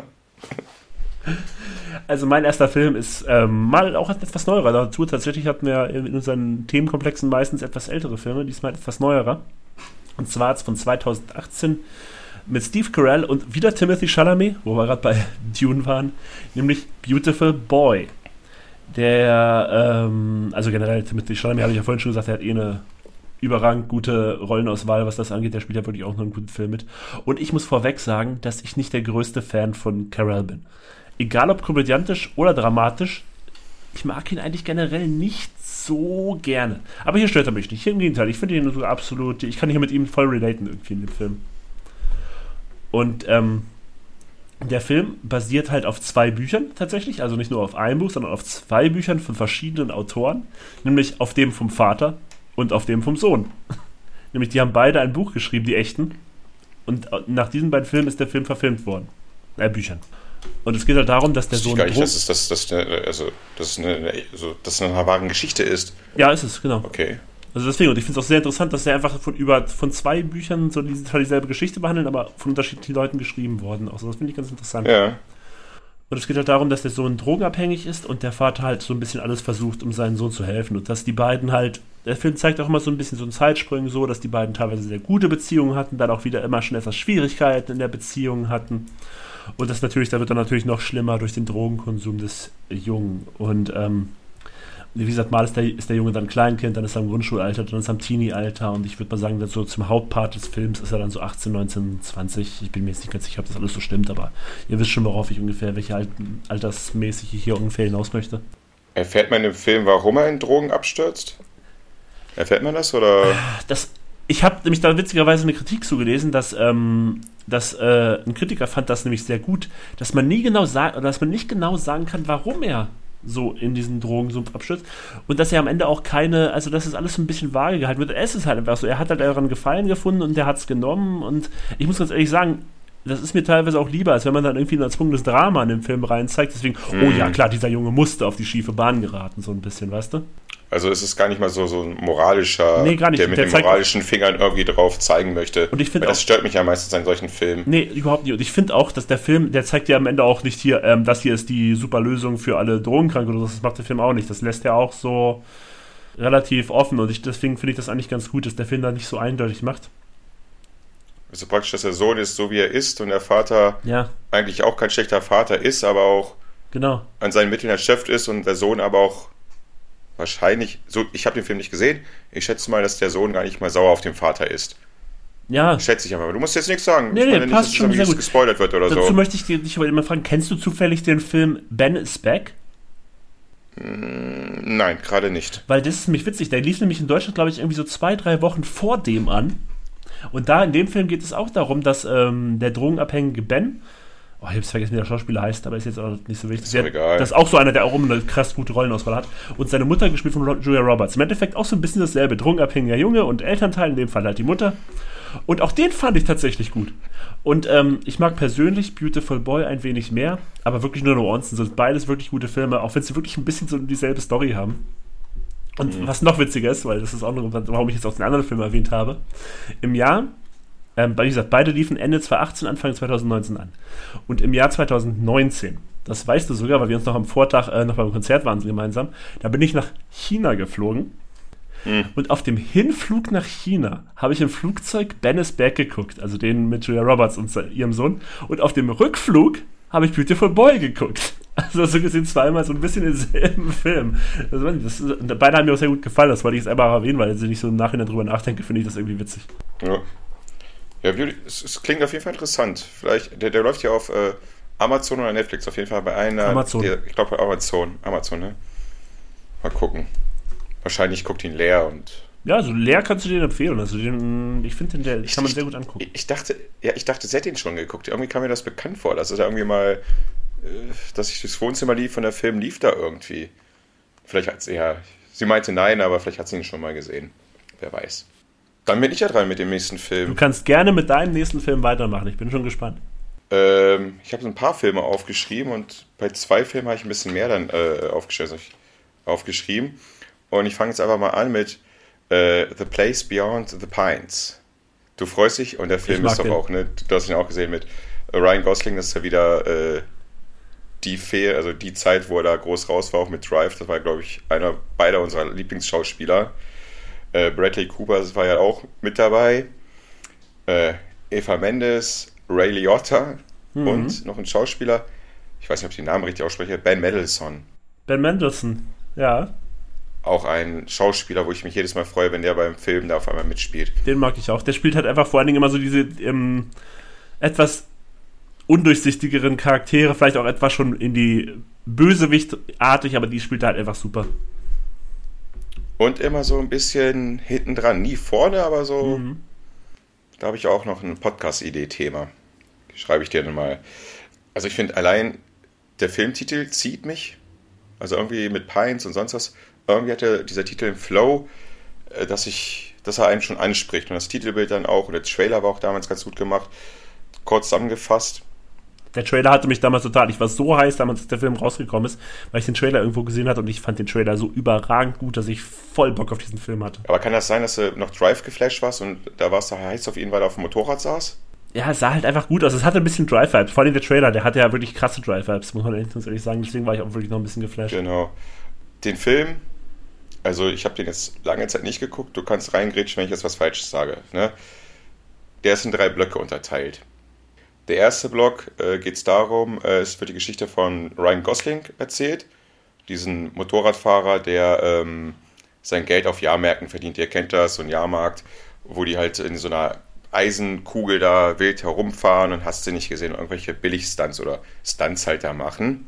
Also mein erster Film ist mal auch etwas neuerer. Dazu tatsächlich hatten wir in unseren Themenkomplexen meistens etwas ältere Filme, diesmal etwas neuerer. Und zwar von 2018 mit Steve Carell und wieder Timothée Chalamet, wo wir gerade bei Dune waren, nämlich Beautiful Boy. Also generell Timothée Chalamet, habe ich ja vorhin schon gesagt, er hat eine überragend gute Rollenauswahl, was das angeht. Der spielt ja wirklich auch noch einen guten Film mit. Und ich muss vorweg sagen, dass ich nicht der größte Fan von Carell bin. Egal ob komödiantisch oder dramatisch, ich mag ihn eigentlich generell nicht so gerne. Aber hier stört er mich nicht. Hier im Gegenteil, ich finde ihn so absolut, ich kann hier mit ihm voll relaten irgendwie in dem Film. Und Der Film basiert halt auf 2 Büchern tatsächlich, also nicht nur auf einem Buch, sondern auf 2 Büchern von verschiedenen Autoren, nämlich auf dem vom Vater und auf dem vom Sohn. Nämlich die haben beide ein Buch geschrieben, die echten, und nach diesen beiden Filmen ist der Film verfilmt worden. Büchern. Und es geht halt darum, dass der Sohn... Gar nicht, dass eine wahre Geschichte ist. Ja, ist es, genau. Okay. Also deswegen, und ich finde es auch sehr interessant, dass der einfach von 2 Büchern so dieselbe Geschichte behandeln, aber von unterschiedlichen Leuten geschrieben worden. Also das finde ich ganz interessant. Ja. Und es geht halt darum, dass der Sohn drogenabhängig ist und der Vater halt so ein bisschen alles versucht, um seinen Sohn zu helfen. Und dass die beiden halt, der Film zeigt auch immer so ein bisschen so einen Zeitsprung so, dass die beiden teilweise sehr gute Beziehungen hatten, dann auch wieder immer schon etwas Schwierigkeiten in der Beziehung hatten. Und das natürlich, da wird dann natürlich noch schlimmer durch den Drogenkonsum des Jungen. Und wie gesagt, mal ist der Junge dann Kleinkind, dann ist er im Grundschulalter, dann ist er im Teenie-Alter und ich würde mal sagen, dass so zum Hauptpart des Films ist er dann so 18, 19, 20. Ich bin mir jetzt nicht ganz sicher, ob das alles so stimmt, aber ihr wisst schon, worauf ich ungefähr, altersmäßig ich hier ungefähr hinaus möchte. Erfährt man im Film, warum er in Drogen abstürzt? Erfährt man das, oder? Ich habe nämlich da witzigerweise eine Kritik zugelesen, dass ein Kritiker fand das nämlich sehr gut, dass man nicht genau sagen kann, warum er so in diesen Drogensumpf abstürzt und dass er am Ende auch also dass es alles so ein bisschen vage gehalten wird. Es ist halt einfach so, er hat halt daran Gefallen gefunden und er hat es genommen und ich muss ganz ehrlich sagen, das ist mir teilweise auch lieber, als wenn man dann irgendwie ein erzwungenes Drama in den Film rein zeigt. Deswegen, oh ja, klar, dieser Junge musste auf die schiefe Bahn geraten, so ein bisschen, weißt du? Also es ist gar nicht mal so ein moralischer, nee, gar nicht. Der mit den moralischen Fingern irgendwie drauf zeigen möchte. Und ich finde das stört mich ja meistens an solchen Filmen. Nee, überhaupt nicht. Und ich finde auch, dass der Film, der zeigt ja am Ende auch nicht hier, das hier ist die super Lösung für alle Drogenkranke oder so. Das macht der Film auch nicht. Das lässt er auch so relativ offen. Und deswegen finde ich das eigentlich ganz gut, dass der Film da nicht so eindeutig macht. Also praktisch, dass der Sohn ist, so wie er ist und der Vater eigentlich auch kein schlechter Vater ist, aber auch an seinen Mitteln erschöpft ist und der Sohn aber auch wahrscheinlich, so, ich habe den Film nicht gesehen, ich schätze mal, dass der Sohn gar nicht mal sauer auf den Vater ist. Ja. Schätze ich aber. Du musst jetzt nichts sagen. Nee, nicht, passt schon sehr gut. Gespoilert wird oder Dazu so. möchte ich dich aber immer fragen, kennst du zufällig den Film Ben is Back? Nein, gerade nicht. Weil das ist nämlich witzig, der lief nämlich in Deutschland, glaube ich, irgendwie so 2-3 Wochen vor dem an. Und da in dem Film geht es auch darum, dass der drogenabhängige Ben, ich habe es vergessen, wie der Schauspieler heißt, aber ist jetzt auch nicht so wichtig. Ist egal. Das ist auch so einer, der auch eine krass gute Rollenauswahl hat. Und seine Mutter, gespielt von Julia Roberts. Im Endeffekt auch so ein bisschen dasselbe. Drogenabhängiger Junge und Elternteil, in dem Fall halt die Mutter. Und auch den fand ich tatsächlich gut. Und ich mag persönlich Beautiful Boy ein wenig mehr, aber wirklich nur Nuancen. Sind beides wirklich gute Filme, auch wenn sie wirklich ein bisschen so dieselbe Story haben. Und was noch witziger ist, weil das ist auch noch, warum ich jetzt auch den anderen Film erwähnt habe, im Jahr, wie gesagt, beide liefen Ende 2018, Anfang 2019 an. Und im Jahr 2019, das weißt du sogar, weil wir uns noch am Vortag noch beim Konzert waren gemeinsam, da bin ich nach China geflogen. Und auf dem Hinflug nach China habe ich im Flugzeug Ben is Back geguckt, also den mit Julia Roberts und ihrem Sohn. Und auf dem Rückflug habe ich Beautiful Boy geguckt. Also so gesehen zweimal so ein bisschen denselben Film. Beide haben mir auch sehr gut gefallen, das wollte ich jetzt einfach erwähnen, weil ich nicht so im Nachhinein drüber nachdenke, finde ich das irgendwie witzig. Ja, es klingt auf jeden Fall interessant. Vielleicht, der läuft ja auf Amazon oder Netflix, auf jeden Fall bei einer. Amazon. Ich glaube bei Amazon, ne? Mal gucken. Wahrscheinlich guckt ihn leer und. Ja, also leer kannst du den empfehlen. Also ich finde den, kann man sehr gut angucken. Ich dachte, sie hätte ihn schon geguckt. Irgendwie kam mir das bekannt vor, dass es da irgendwie mal, dass ich durchs Wohnzimmer lief und der Film lief da irgendwie. Vielleicht hat sie sie meinte nein, aber vielleicht hat sie ihn schon mal gesehen. Wer weiß. Dann bin ich ja dran mit dem nächsten Film. Du kannst gerne mit deinem nächsten Film weitermachen. Ich bin schon gespannt. Ich habe so ein paar Filme aufgeschrieben und bei 2 Filmen habe ich ein bisschen mehr dann aufgeschrieben. Und ich fange jetzt einfach mal an mit The Place Beyond the Pines. Du freust dich und der Film ist doch auch, ne? Du hast ihn auch gesehen mit Ryan Gosling, das ist ja wieder die Zeit, wo er da groß raus war, auch mit Drive. Das war, glaube ich, einer beider unserer Lieblingsschauspieler. Bradley Cooper, das war ja auch mit dabei. Eva Mendes, Ray Liotta und noch ein Schauspieler, ich weiß nicht, ob ich den Namen richtig ausspreche, Ben Mendelsohn. Ben Mendelsohn, ja. Auch ein Schauspieler, wo ich mich jedes Mal freue, wenn der beim Film da auf einmal mitspielt. Den mag ich auch. Der spielt halt einfach vor allen Dingen immer so diese etwas undurchsichtigeren Charaktere, vielleicht auch etwas schon in die Bösewichtartig, aber die spielt er halt einfach super. Und immer so ein bisschen hinten dran. Nie vorne, aber so. Da habe ich auch noch ein Podcast-Idee-Thema. Schreibe ich dir dann mal. Also ich finde allein der Filmtitel zieht mich. Also irgendwie mit Pines und sonst was. Irgendwie hatte dieser Titel einen Flow, dass er einen schon anspricht. Und das Titelbild dann auch, oder der Trailer war auch damals ganz gut gemacht. Kurz zusammengefasst. Der Trailer hatte mich damals total, ich war so heiß damals, als der Film rausgekommen ist, weil ich den Trailer irgendwo gesehen hatte und ich fand den Trailer so überragend gut, dass ich voll Bock auf diesen Film hatte. Aber kann das sein, dass du noch Drive geflasht warst und da warst du heiß auf ihn, weil er auf dem Motorrad saß? Ja, es sah halt einfach gut aus. Es hatte ein bisschen Drive-Vibes. Vor allem der Trailer, der hatte ja wirklich krasse Drive-Vibes, muss man ehrlich sagen. Deswegen war ich auch wirklich noch ein bisschen geflasht. Genau. Den Film, also ich habe den jetzt lange Zeit nicht geguckt, du kannst reingrätschen, wenn ich jetzt was Falsches sage. Ne? Der ist in 3 Blöcke unterteilt. Der erste Block geht es darum, es wird die Geschichte von Ryan Gosling erzählt, diesen Motorradfahrer, der sein Geld auf Jahrmärkten verdient. Ihr kennt das, so ein Jahrmarkt, wo die halt in so einer Eisenkugel da wild herumfahren und hast du nicht gesehen, irgendwelche Billigstunts oder Stunts halt da machen.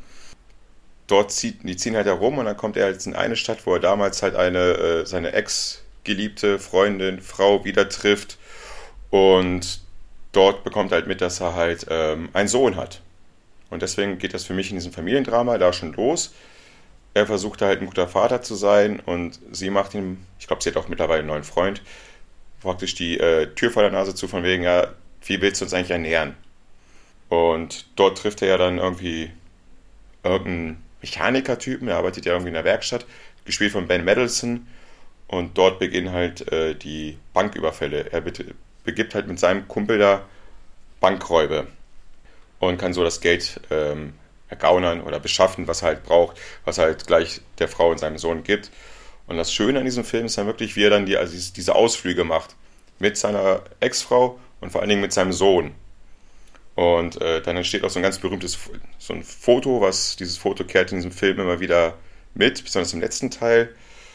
Die ziehen halt herum und dann kommt er halt in eine Stadt, wo er damals halt seine Ex-geliebte Freundin, Frau wieder trifft und dort bekommt er halt mit, dass er halt einen Sohn hat. Und deswegen geht das für mich in diesem Familiendrama da schon los. Er versucht halt ein guter Vater zu sein und sie macht ihm, ich glaube, sie hat auch mittlerweile einen neuen Freund, praktisch die Tür vor der Nase zu, von wegen, ja, wie willst du uns eigentlich ernähren? Und dort trifft er ja dann irgendwie irgendeinen Mechaniker-Typen, der arbeitet ja irgendwie in der Werkstatt, gespielt von Ben Mendelsohn. Und dort beginnen halt die Banküberfälle. Er begibt halt mit seinem Kumpel da Bankräube und kann so das Geld ergaunern oder beschaffen, was er halt braucht, was er halt gleich der Frau und seinem Sohn gibt. Und das Schöne an diesem Film ist dann wirklich, wie er dann diese Ausflüge macht mit seiner Ex-Frau und vor allen Dingen mit seinem Sohn. Und dann entsteht auch so ein ganz berühmtes so ein Foto, dieses Foto kehrt in diesem Film immer wieder mit, besonders im letzten Teil.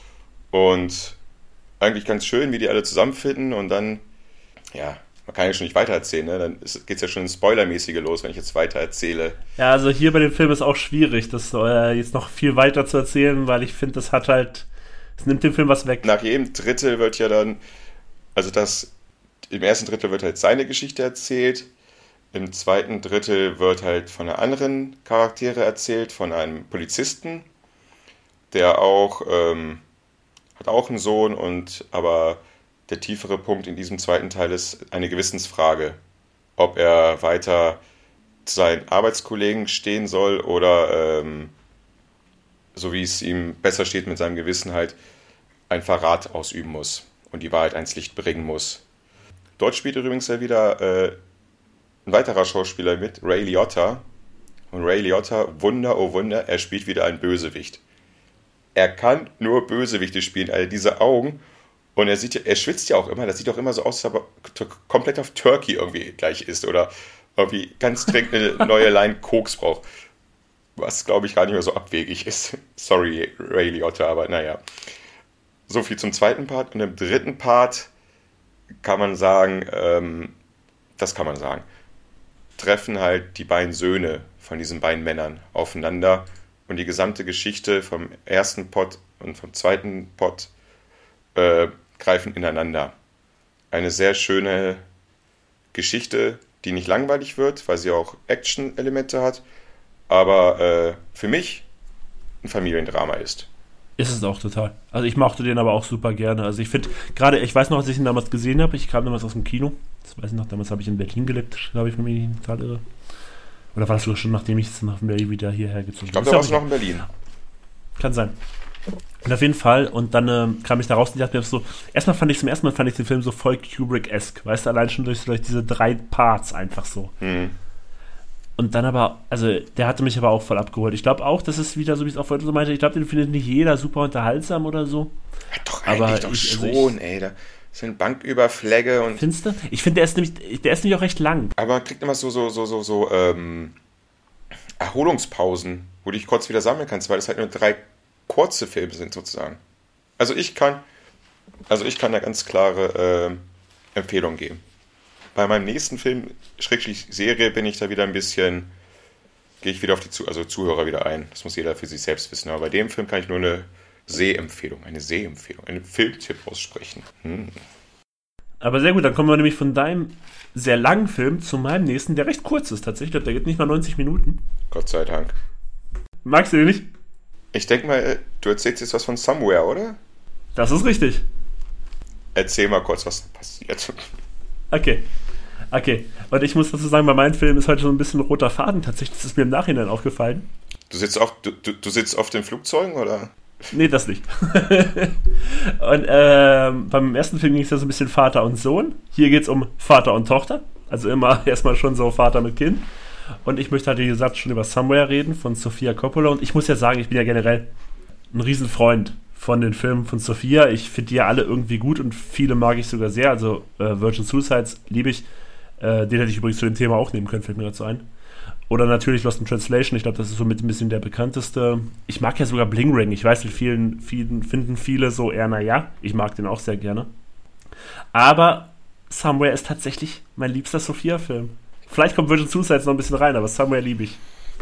Und eigentlich ganz schön, wie die alle zusammenfinden und dann, ja, man kann ja schon nicht weitererzählen, ne? Dann geht es ja schon ins Spoilermäßige los, wenn ich jetzt weitererzähle. Ja, also hier bei dem Film ist auch schwierig, das jetzt noch viel weiter zu erzählen, weil ich finde, es nimmt dem Film was weg. Nach jedem Drittel wird ja dann, im ersten Drittel wird halt seine Geschichte erzählt, im zweiten Drittel wird halt von einer anderen Charaktere erzählt, von einem Polizisten, der auch, hat auch einen Sohn aber der tiefere Punkt in diesem zweiten Teil ist eine Gewissensfrage, ob er weiter zu seinen Arbeitskollegen stehen soll oder so wie es ihm besser steht mit seinem Gewissen halt ein Verrat ausüben muss und die Wahrheit ans Licht bringen muss. Dort spielt übrigens ja wieder ein weiterer Schauspieler mit, Ray Liotta. Und Ray Liotta, Wunder, oh Wunder, er spielt wieder einen Bösewicht. Er kann nur Bösewichte spielen, also diese Augen. Und er schwitzt ja auch immer, das sieht auch immer so aus, als ob er komplett auf Turkey irgendwie gleich ist oder irgendwie ganz dringend eine neue Line Koks braucht. Was, glaube ich, gar nicht mehr so abwegig ist. Sorry, Ray Liotta, aber naja. So viel zum zweiten Part. Und im dritten Part kann man sagen, treffen halt die beiden Söhne von diesen beiden Männern aufeinander und die gesamte Geschichte vom ersten Pot und vom zweiten Pot greifen ineinander. Eine sehr schöne Geschichte, die nicht langweilig wird, weil sie auch Action-Elemente hat, aber für mich ein Familiendrama ist. Ist es auch total. Also ich mochte den aber auch super gerne. Also ich finde, gerade, ich weiß noch, als ich ihn damals gesehen habe, ich kam damals aus dem Kino, das weiß ich noch, damals habe ich in Berlin gelebt, glaube ich, wenn mich nicht total irre. Oder war das sogar schon, nachdem ich nach Berlin wieder hierher gezogen bin? Ich glaube, da warst du noch in Berlin. Kann sein. Und auf jeden Fall, und dann kam ich da raus und dachte mir so, zum ersten Mal fand ich den Film so voll Kubrick-esque, weißt du, allein schon durch diese 3 Parts einfach so. Mhm. Und dann aber, also der hatte mich aber auch voll abgeholt. Ich glaube auch, das ist wieder, so wie ich es auch vorhin so meinte, ich glaube, den findet nicht jeder super unterhaltsam oder so. Ja, doch, eigentlich doch schon, ey. Da sind Banküberfläge und... Findest du? Ich finde, der ist nämlich auch recht lang. Aber man kriegt immer so Erholungspausen, wo du dich kurz wieder sammeln kannst, weil das halt nur 3 kurze Filme sind sozusagen. Also ich kann da ganz klare Empfehlungen geben. Bei meinem nächsten Film, Serie, gehe ich wieder auf die Zuhörer wieder ein. Das muss jeder für sich selbst wissen. Aber bei dem Film kann ich nur eine Sehempfehlung, einen Filmtipp aussprechen. Aber sehr gut, dann kommen wir nämlich von deinem sehr langen Film zu meinem nächsten, der recht kurz ist tatsächlich. Ich glaube, der geht nicht mal 90 Minuten. Gott sei Dank. Magst du den nicht? Ich denke mal, du erzählst jetzt was von Somewhere, oder? Das ist richtig. Erzähl mal kurz, was da passiert. Okay. Und ich muss dazu sagen, bei meinem Film ist heute so ein bisschen roter Faden. Tatsächlich ist es mir im Nachhinein aufgefallen. Du sitzt auf den Flugzeugen, oder? Nee, das nicht. Und beim ersten Film ging es ja so ein bisschen Vater und Sohn. Hier geht es um Vater und Tochter. Also immer erstmal schon so Vater mit Kind. Und ich möchte halt, wie gesagt, schon über Somewhere reden von Sofia Coppola. Und ich muss ja sagen, ich bin ja generell ein Riesenfreund von den Filmen von Sofia. Ich finde die ja alle irgendwie gut und viele mag ich sogar sehr. Also Virgin Suicides liebe ich. Den hätte ich übrigens zu dem Thema auch nehmen können, fällt mir gerade so ein. Oder natürlich Lost in Translation. Ich glaube, das ist so mit ein bisschen der bekannteste. Ich mag ja sogar Bling Ring. Ich weiß, mit vielen finden viele so eher, naja. Ich mag den auch sehr gerne. Aber Somewhere ist tatsächlich mein liebster Sofia-Film. Vielleicht kommt Virgin Suicides noch ein bisschen rein, aber Somewhere liebe ich.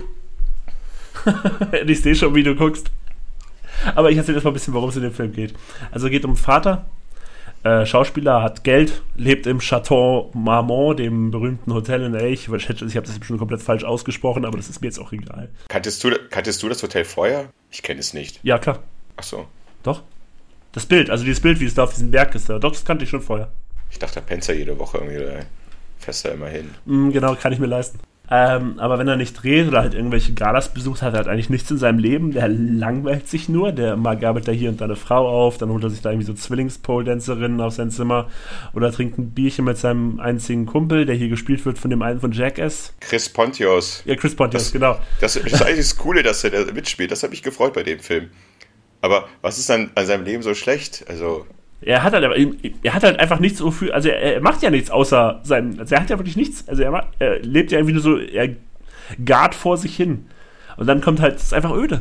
Ich sehe schon, wie du guckst. Aber ich erzähle erstmal ein bisschen, worum es in dem Film geht. Also es geht um einen Vater. Schauspieler, hat Geld, lebt im Chateau Marmont, dem berühmten Hotel in L.A. Ich habe das schon komplett falsch ausgesprochen, aber das ist mir jetzt auch egal. Kanntest du das Hotel vorher? Ich kenne es nicht. Ja, klar. Ach so. Doch. Das Bild, also dieses Bild, wie es da auf diesem Berg ist, doch, das kannte ich schon vorher. Ich dachte, da pennt er jede Woche irgendwie, da fährst da immer hin. Genau, kann ich mir leisten. Aber wenn er nicht dreht oder halt irgendwelche Galas besucht, hat er halt eigentlich nichts in seinem Leben. Der langweilt sich nur. Der mal gabelt da hier und da eine Frau auf, dann holt er sich da irgendwie so Zwillings-Pole-Dancerinnen auf sein Zimmer oder trinkt ein Bierchen mit seinem einzigen Kumpel, der hier gespielt wird von dem einen von Jackass. Chris Pontius. Ja, Chris Pontius, genau. Das ist eigentlich das Coole, dass er da mitspielt. Das hat mich gefreut bei dem Film. Aber was ist dann an seinem Leben so schlecht? Also... Er hat halt einfach nichts wofür, also er macht ja nichts außer seinem, also er hat ja wirklich nichts, also er lebt ja irgendwie nur so, er gart vor sich hin. Und dann kommt halt, es ist einfach öde.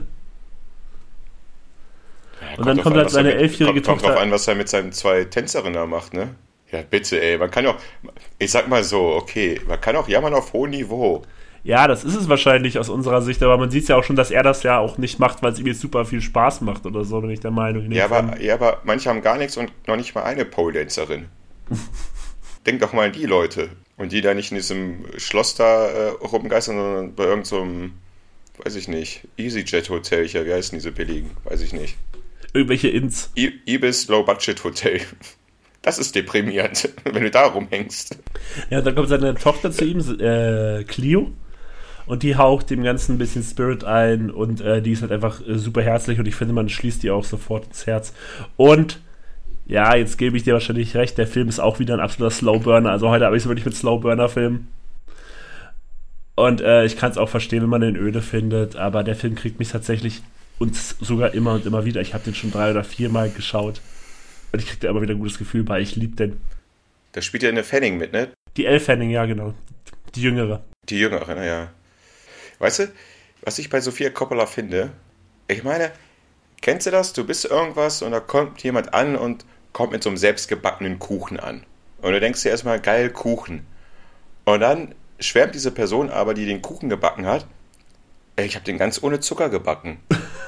Ja, und dann kommt halt seine 11-jährige Tochter. Kommt drauf an, was er mit seinen 2 Tänzerinnen da macht, ne? Ja, bitte, ey, man kann auch, ich sag mal so, okay, man kann auch jammern auf hohem Niveau. Ja, das ist es wahrscheinlich aus unserer Sicht, aber man sieht ja auch schon, dass er das ja auch nicht macht, weil es ihm jetzt super viel Spaß macht oder so, bin ich der Meinung. Ja, aber manche haben gar nichts und noch nicht mal eine Pole-Dancerin. Denk doch mal an die Leute. Und die da nicht in diesem Schloss da rumgeistern, sondern bei irgendeinem, weiß ich nicht, EasyJet-Hotel, wie heißen diese billigen? Weiß ich nicht. Irgendwelche Inns. Ibis Low-Budget-Hotel. Das ist deprimierend, wenn du da rumhängst. Ja, dann kommt seine Tochter zu ihm, Clio. Und die haucht dem Ganzen ein bisschen Spirit ein und die ist halt einfach super herzlich und ich finde, man schließt die auch sofort ins Herz. Und ja, jetzt gebe ich dir wahrscheinlich recht, der Film ist auch wieder ein absoluter Slowburner. Also heute habe ich es wirklich mit Slowburner-Filmen. Und ich kann es auch verstehen, wenn man den öde findet, aber der Film kriegt mich tatsächlich und sogar immer und immer wieder. Ich habe den schon 3 oder 4 Mal geschaut und ich kriege da immer wieder ein gutes Gefühl bei. Ich liebe den. Da spielt ja eine Fanning mit, ne? Die Elle Fanning, ja genau. Die Jüngere. Die Jüngere, naja. Weißt du, was ich bei Sofia Coppola finde? Ich meine, kennst du das? Du bist irgendwas und da kommt jemand an und kommt mit so einem selbstgebackenen Kuchen an. Und du denkst dir erstmal, geil, Kuchen. Und dann schwärmt diese Person aber, die den Kuchen gebacken hat, ey, ich habe den ganz ohne Zucker gebacken.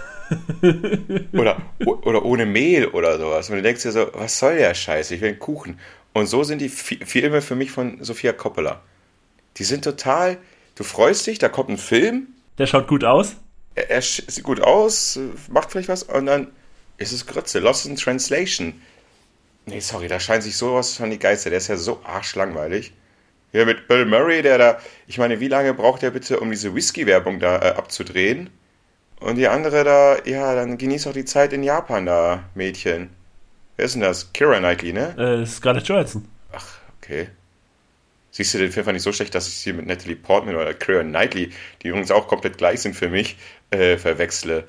oder ohne Mehl oder sowas. Und du denkst dir so, was soll der Scheiß? Ich will einen Kuchen. Und so sind die Filme für mich von Sofia Coppola. Die sind total... Du freust dich, da kommt ein Film. Der schaut gut aus. Er sieht gut aus, macht vielleicht was und dann ist es Grütze. Lost in Translation. Nee, sorry, da scheint sich sowas von die Geister. Der ist ja so arschlangweilig. Ja, mit Bill Murray, der da... Ich meine, wie lange braucht der bitte, um diese Whisky-Werbung da abzudrehen? Und die andere da, ja, dann genieß auch die Zeit in Japan da, Mädchen. Wer ist denn das? Keira Knightley, ne? Scarlett Johansson. Ach, okay. Siehst du, den Film fand ich so schlecht, dass ich sie mit Natalie Portman oder Keira Knightley, die übrigens auch komplett gleich sind für mich, verwechsle.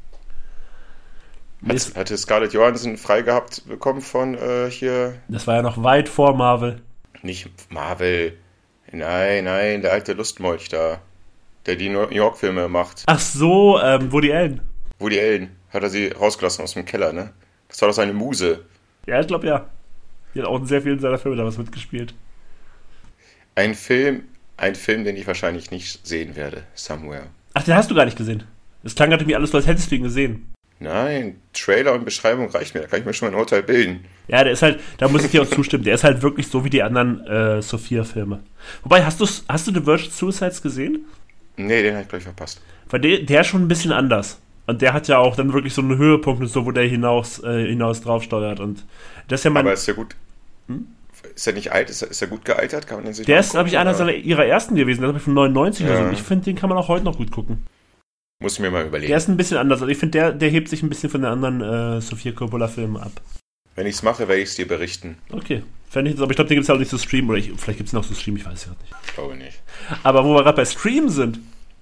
Hatte Scarlett Johansson frei gehabt bekommen von hier... Das war ja noch weit vor Marvel. Nicht Marvel. Nein, der alte Lustmolch da, der die New York-Filme macht. Ach so, Woody Allen. Woody Allen. Hat er sie rausgelassen aus dem Keller, ne? Das war doch seine Muse. Ja, ich glaube ja. Die hat auch in sehr vielen seiner Filme damals mitgespielt. Ein Film, den ich wahrscheinlich nicht sehen werde. Somewhere. Ach, den hast du gar nicht gesehen. Das klang gerade mir alles so, als hättest du ihn gesehen. Nein, Trailer und Beschreibung reicht mir, da kann ich mir schon mal ein Urteil bilden. Ja, der ist halt, da muss ich dir auch zustimmen, der ist halt wirklich so wie die anderen Sophia-Filme. Wobei, hast du The Virgin Suicides gesehen? Nee, den habe ich gleich verpasst. Weil der ist schon ein bisschen anders. Und der hat ja auch dann wirklich so einen Höhepunkt und so, wo der hinaus drauf steuert. Und das ist ja Aber ist ja gut. Ist er nicht alt? Ist er gut gealtert? Kann man den sich der ist, glaube ich, einer ihrer ersten gewesen. Der ist von 99 oder so. Ja. Ich finde, den kann man auch heute noch gut gucken. Muss ich mir mal überlegen. Der ist ein bisschen anders. Also ich finde, der hebt sich ein bisschen von den anderen Sofia Coppola-Filmen ab. Wenn ich es mache, werde ich es dir berichten. Okay. Fände ich, aber ich glaube, den gibt es auch nicht zu streamen. Oder vielleicht gibt es noch zu streamen, ich weiß es gerade nicht. Ich glaube nicht. Aber wo wir gerade bei Stream sind.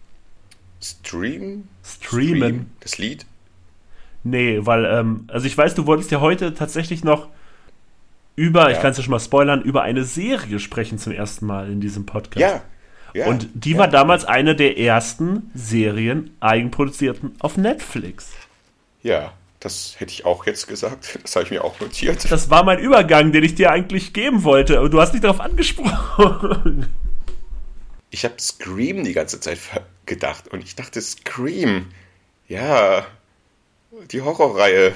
Streamen? Das Lied? Nee, weil, also ich weiß, du wolltest ja heute tatsächlich noch über, ich kann es ja schon mal spoilern, über eine Serie sprechen zum ersten Mal in diesem Podcast. Ja. Und die war damals eine der ersten Serien, eigenproduzierten, auf Netflix. Ja, das hätte ich auch jetzt gesagt. Das habe ich mir auch notiert. Das war mein Übergang, den ich dir eigentlich geben wollte, aber du hast nicht darauf angesprochen. Ich habe Scream die ganze Zeit gedacht und ich dachte, Scream, ja, die Horrorreihe.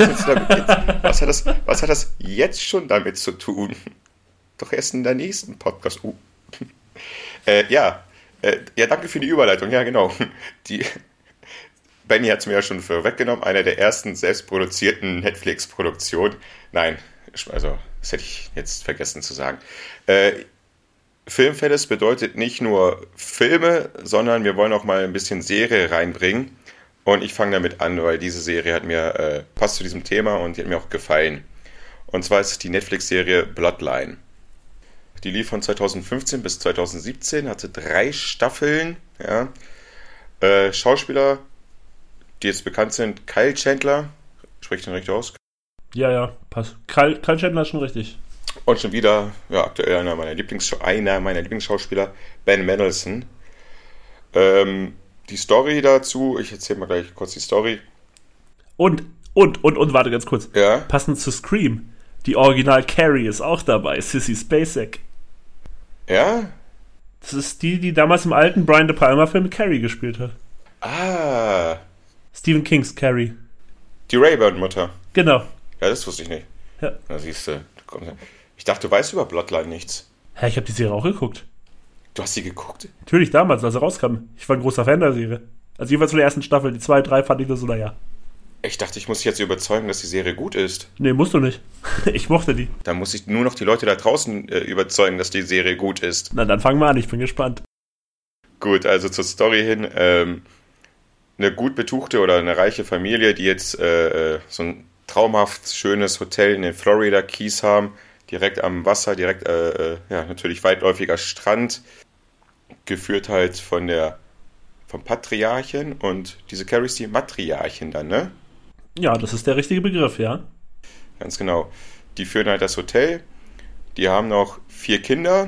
Was hat das jetzt schon damit zu tun? Doch erst in der nächsten Podcast. Ja, danke für die Überleitung. Ja, genau. Benny hat es mir ja schon vorweggenommen. Einer der ersten selbstproduzierten Netflix-Produktionen. Nein, also das hätte ich jetzt vergessen zu sagen. Filmfelles bedeutet nicht nur Filme, sondern wir wollen auch mal ein bisschen Serie reinbringen. Und ich fange damit an, weil diese Serie hat mir passt zu diesem Thema und die hat mir auch gefallen. Und zwar ist es die Netflix-Serie Bloodline. Die lief von 2015 bis 2017, hatte 3 Staffeln. Ja. Schauspieler, die jetzt bekannt sind, Kyle Chandler, spricht den richtig aus? Ja, passt. Kyle Chandler ist schon richtig. Und schon wieder, ja, aktuell einer meiner Lieblingsschauspieler, Ben Mendelsohn. Die Story dazu, ich erzähle mal gleich kurz die Story. Und, warte ganz kurz. Ja? Passend zu Scream, die Original Carrie ist auch dabei, Sissy Spacek. Ja? Das ist die damals im alten Brian De Palma-Film Carrie gespielt hat. Ah. Stephen Kings Carrie. Die Rayburn-Mutter. Genau. Ja, das wusste ich nicht. Ja. Da siehst du. Ich dachte, du weißt über Bloodline nichts. Hä, ich habe die Serie auch geguckt. Du hast sie geguckt? Natürlich damals, als sie rauskam. Ich war ein großer Fan der Serie. Also jeweils von der ersten Staffel. Die 2, 3 fand ich nur so, naja. Ich dachte, ich muss dich jetzt überzeugen, dass die Serie gut ist. Nee, musst du nicht. Ich mochte die. Dann muss ich nur noch die Leute da draußen überzeugen, dass die Serie gut ist. Na, dann fangen wir an. Ich bin gespannt. Gut, also zur Story hin. Eine gut betuchte oder eine reiche Familie, die jetzt so ein traumhaft schönes Hotel in den Florida Keys haben. Direkt am Wasser, direkt, natürlich weitläufiger Strand. Geführt halt vom Patriarchen und diese Carrie ist die Matriarchin dann, ne? Ja, das ist der richtige Begriff, ja. Ganz genau. Die führen halt das Hotel. Die haben noch 4 Kinder.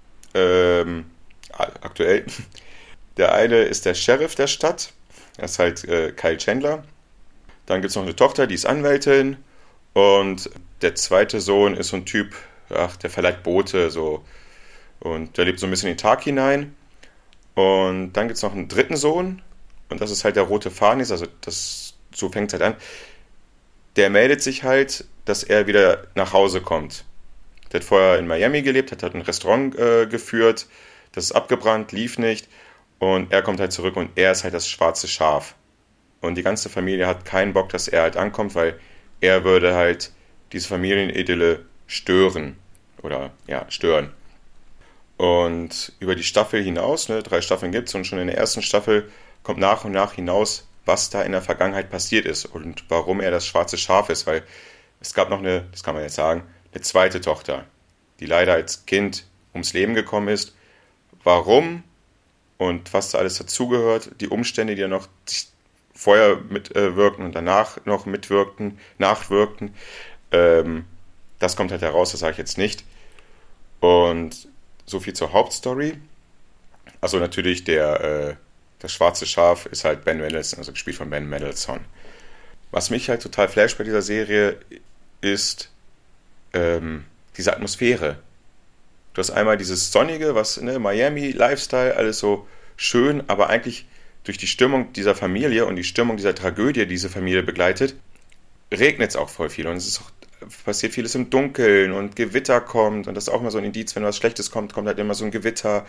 Aktuell. Der eine ist der Sheriff der Stadt. Das ist halt Kyle Chandler. Dann gibt es noch eine Tochter, die ist Anwältin. Und der zweite Sohn ist so ein Typ, der verleiht Boote so. Und der lebt so ein bisschen in den Tag hinein. Und dann gibt es noch einen dritten Sohn. Und das ist halt der rote Fanis. Also so fängt es halt an. Der meldet sich halt, dass er wieder nach Hause kommt. Der hat vorher in Miami gelebt, hat ein Restaurant geführt. Das ist abgebrannt, lief nicht. Und er kommt halt zurück und er ist halt das schwarze Schaf. Und die ganze Familie hat keinen Bock, dass er halt ankommt, weil er würde halt diese Familienidylle stören. Oder ja, stören. Und über die Staffel hinaus, 3 Staffeln gibt es, und schon in der ersten Staffel kommt nach und nach hinaus, was da in der Vergangenheit passiert ist und warum er das schwarze Schaf ist, weil es gab noch das kann man jetzt sagen, eine zweite Tochter, die leider als Kind ums Leben gekommen ist. Warum und was da alles dazugehört, die Umstände, die ja noch vorher mitwirkten und danach noch nachwirkten, das kommt halt heraus, das sage ich jetzt nicht. Und so viel zur Hauptstory. Also natürlich das schwarze Schaf ist halt Ben Mendelsohn, also gespielt von Ben Mendelsohn. Was mich halt total flasht bei dieser Serie ist diese Atmosphäre. Du hast einmal dieses Sonnige, was Miami, Lifestyle, alles so schön, aber eigentlich durch die Stimmung dieser Familie und die Stimmung dieser Tragödie, die diese Familie begleitet, regnet es auch voll viel. Und es ist auch, passiert vieles im Dunkeln und Gewitter kommt. Und das ist auch immer so ein Indiz, wenn was Schlechtes kommt, kommt halt immer so ein Gewitter.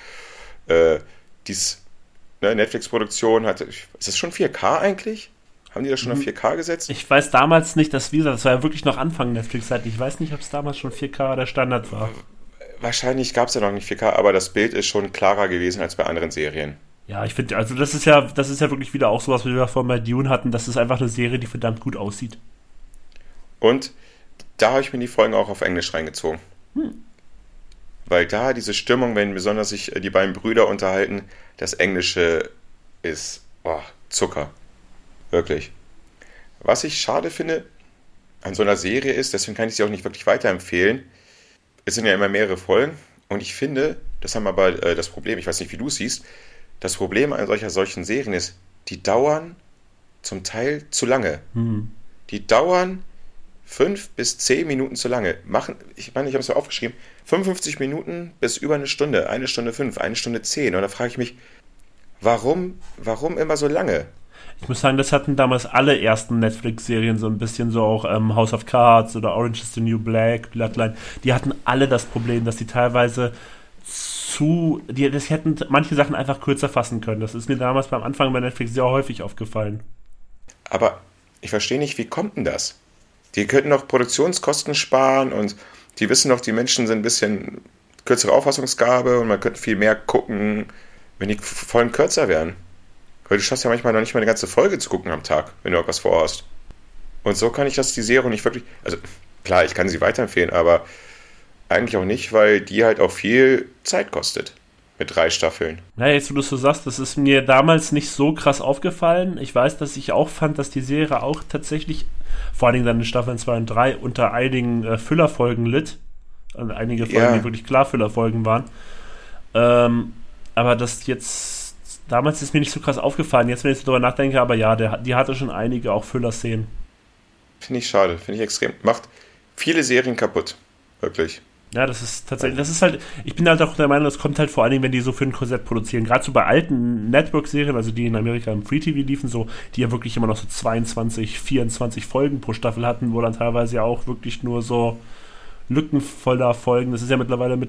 Netflix-Produktion hat, ist das schon 4K eigentlich? Haben die das schon auf 4K gesetzt? Ich weiß damals nicht, das war ja wirklich noch Anfang Netflix-Zeit. Ich weiß nicht, ob es damals schon 4K der Standard war. Wahrscheinlich gab es ja noch nicht 4K, aber das Bild ist schon klarer gewesen als bei anderen Serien. Ja, ich finde, also das ist ja wirklich wieder auch sowas, wie wir vorhin bei Dune hatten. Das ist einfach eine Serie, die verdammt gut aussieht. Und da habe ich mir die Folgen auch auf Englisch reingezogen. Weil da diese Stimmung, wenn besonders sich die beiden Brüder unterhalten, das Englische ist Zucker. Wirklich. Was ich schade finde an so einer Serie ist, deswegen kann ich sie auch nicht wirklich weiterempfehlen, es sind ja immer mehrere Folgen und ich finde, das haben aber das Problem, ich weiß nicht, wie du es siehst, das Problem an solchen Serien ist, die dauern zum Teil zu lange. Die dauern 5 bis 10 Minuten zu lange. Ich meine, ich habe es ja aufgeschrieben, 55 Minuten bis über eine Stunde, 1 Stunde 5, 1 Stunde 10. Und da frage ich mich, warum immer so lange? Ich muss sagen, das hatten damals alle ersten Netflix-Serien so ein bisschen, so auch House of Cards oder Orange is the New Black, Bloodline. Die hatten alle das Problem, dass die teilweise das hätten manche Sachen einfach kürzer fassen können. Das ist mir damals beim Anfang bei Netflix sehr häufig aufgefallen. Aber ich verstehe nicht, wie kommt denn das? Die könnten doch Produktionskosten sparen und die wissen doch, die Menschen sind ein bisschen kürzere Auffassungsgabe und man könnte viel mehr gucken, wenn die Folgen kürzer wären. Weil du schaffst ja manchmal noch nicht mal eine ganze Folge zu gucken am Tag, wenn du irgendwas vorhast. Und so kann ich die Serie nicht wirklich... Also klar, ich kann sie weiterempfehlen, aber eigentlich auch nicht, weil die halt auch viel Zeit kostet. Mit 3 Staffeln. Naja, jetzt wo du es so sagst, das ist mir damals nicht so krass aufgefallen. Ich weiß, dass ich auch fand, dass die Serie auch tatsächlich, vor allen Dingen dann in Staffeln 2 und 3, unter einigen Füllerfolgen litt. Und einige Folgen, die wirklich klar Füllerfolgen waren. Aber das jetzt... Damals ist mir nicht so krass aufgefallen. Jetzt, wenn ich so drüber nachdenke, aber ja, die hatte schon einige auch Füllerszenen. Finde ich schade. Finde ich extrem. Macht viele Serien kaputt. Wirklich. Ja, das ist tatsächlich, das ist halt, ich bin halt auch der Meinung, das kommt halt vor allen Dingen, wenn die so für ein Korsett produzieren. Gerade so bei alten Network-Serien, also die in Amerika im Free-TV liefen, so, die ja wirklich immer noch so 22, 24 Folgen pro Staffel hatten, wo dann teilweise ja auch wirklich nur so lückenvoller Folgen, das ist ja mittlerweile,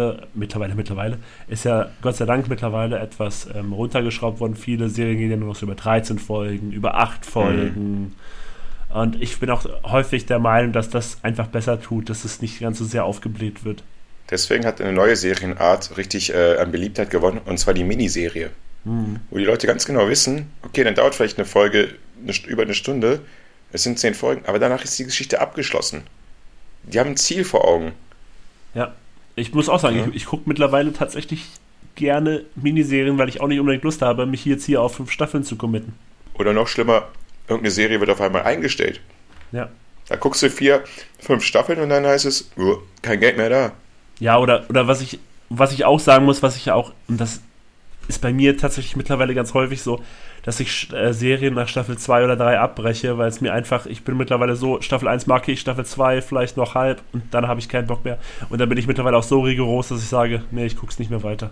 ist ja Gott sei Dank mittlerweile etwas runtergeschraubt worden. Viele Serien gehen ja nur noch so über 13 Folgen, über 8 Folgen. Und ich bin auch häufig der Meinung, dass das einfach besser tut, dass es nicht ganz so sehr aufgebläht wird. Deswegen hat eine neue Serienart richtig an Beliebtheit gewonnen, und zwar die Miniserie. Wo die Leute ganz genau wissen, okay, dann dauert vielleicht eine Folge über eine Stunde, es sind 10 Folgen, aber danach ist die Geschichte abgeschlossen. Die haben ein Ziel vor Augen. Ja, ich muss auch sagen, ich gucke mittlerweile tatsächlich gerne Miniserien, weil ich auch nicht unbedingt Lust habe, mich jetzt hier auf 5 Staffeln zu committen. Oder noch schlimmer, irgendeine Serie wird auf einmal eingestellt. Ja. Da guckst du 4, 5 Staffeln und dann heißt es, kein Geld mehr da. Ja, oder was ich auch sagen muss, und das ist bei mir tatsächlich mittlerweile ganz häufig so, dass ich Serien nach Staffel 2 oder 3 abbreche, weil es mir einfach, ich bin mittlerweile so, Staffel 1 mag ich, Staffel 2 vielleicht noch halb und dann habe ich keinen Bock mehr. Und dann bin ich mittlerweile auch so rigoros, dass ich sage, nee, ich guck's nicht mehr weiter.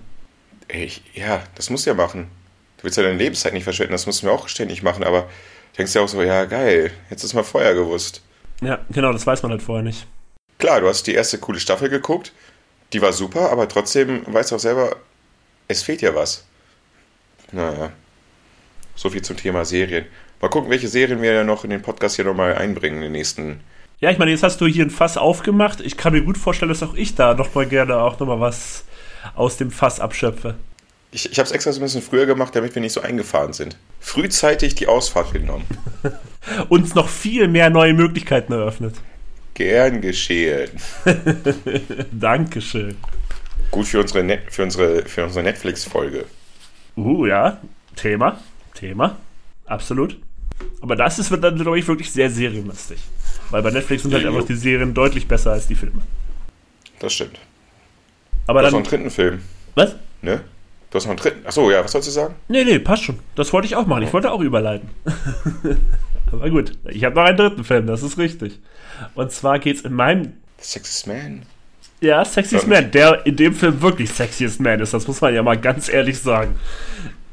Das musst du ja machen. Du willst ja deine Lebenszeit nicht verschwenden, das musst du mir auch ständig machen, aber du denkst ja auch so, ja geil, hättest du es mal vorher gewusst. Ja, genau, das weiß man halt vorher nicht. Klar, du hast die erste coole Staffel geguckt, die war super, aber trotzdem weißt du auch selber, es fehlt ja was. Naja, so viel zum Thema Serien. Mal gucken, welche Serien wir ja noch in den Podcast hier nochmal einbringen in den nächsten... Ja, ich meine, jetzt hast du hier ein Fass aufgemacht. Ich kann mir gut vorstellen, dass auch ich da doch mal gerne auch nochmal was aus dem Fass abschöpfe. Ich habe es extra so ein bisschen früher gemacht, damit wir nicht so eingefahren sind. Frühzeitig die Ausfahrt genommen. Uns noch viel mehr neue Möglichkeiten eröffnet. Gern geschehen. Dankeschön. Gut für unsere Netflix-Folge. Ja. Thema. Absolut. Aber wird dann, glaube ich, wirklich sehr serienlastig. Weil bei Netflix sind halt einfach die Serien deutlich besser als die Filme. Das stimmt. Aber du hast noch einen dritten Film. Was? Ne? Du hast noch einen dritten. Achso, ja, was sollst du sagen? Nee, passt schon. Das wollte ich auch machen. Ich wollte auch überleiten. Aber gut, ich habe noch einen dritten Film, das ist richtig. Und zwar geht's in meinem... Sexiest Man? Ja, Sexiest Man, der in dem Film wirklich Sexiest Man ist. Das muss man ja mal ganz ehrlich sagen.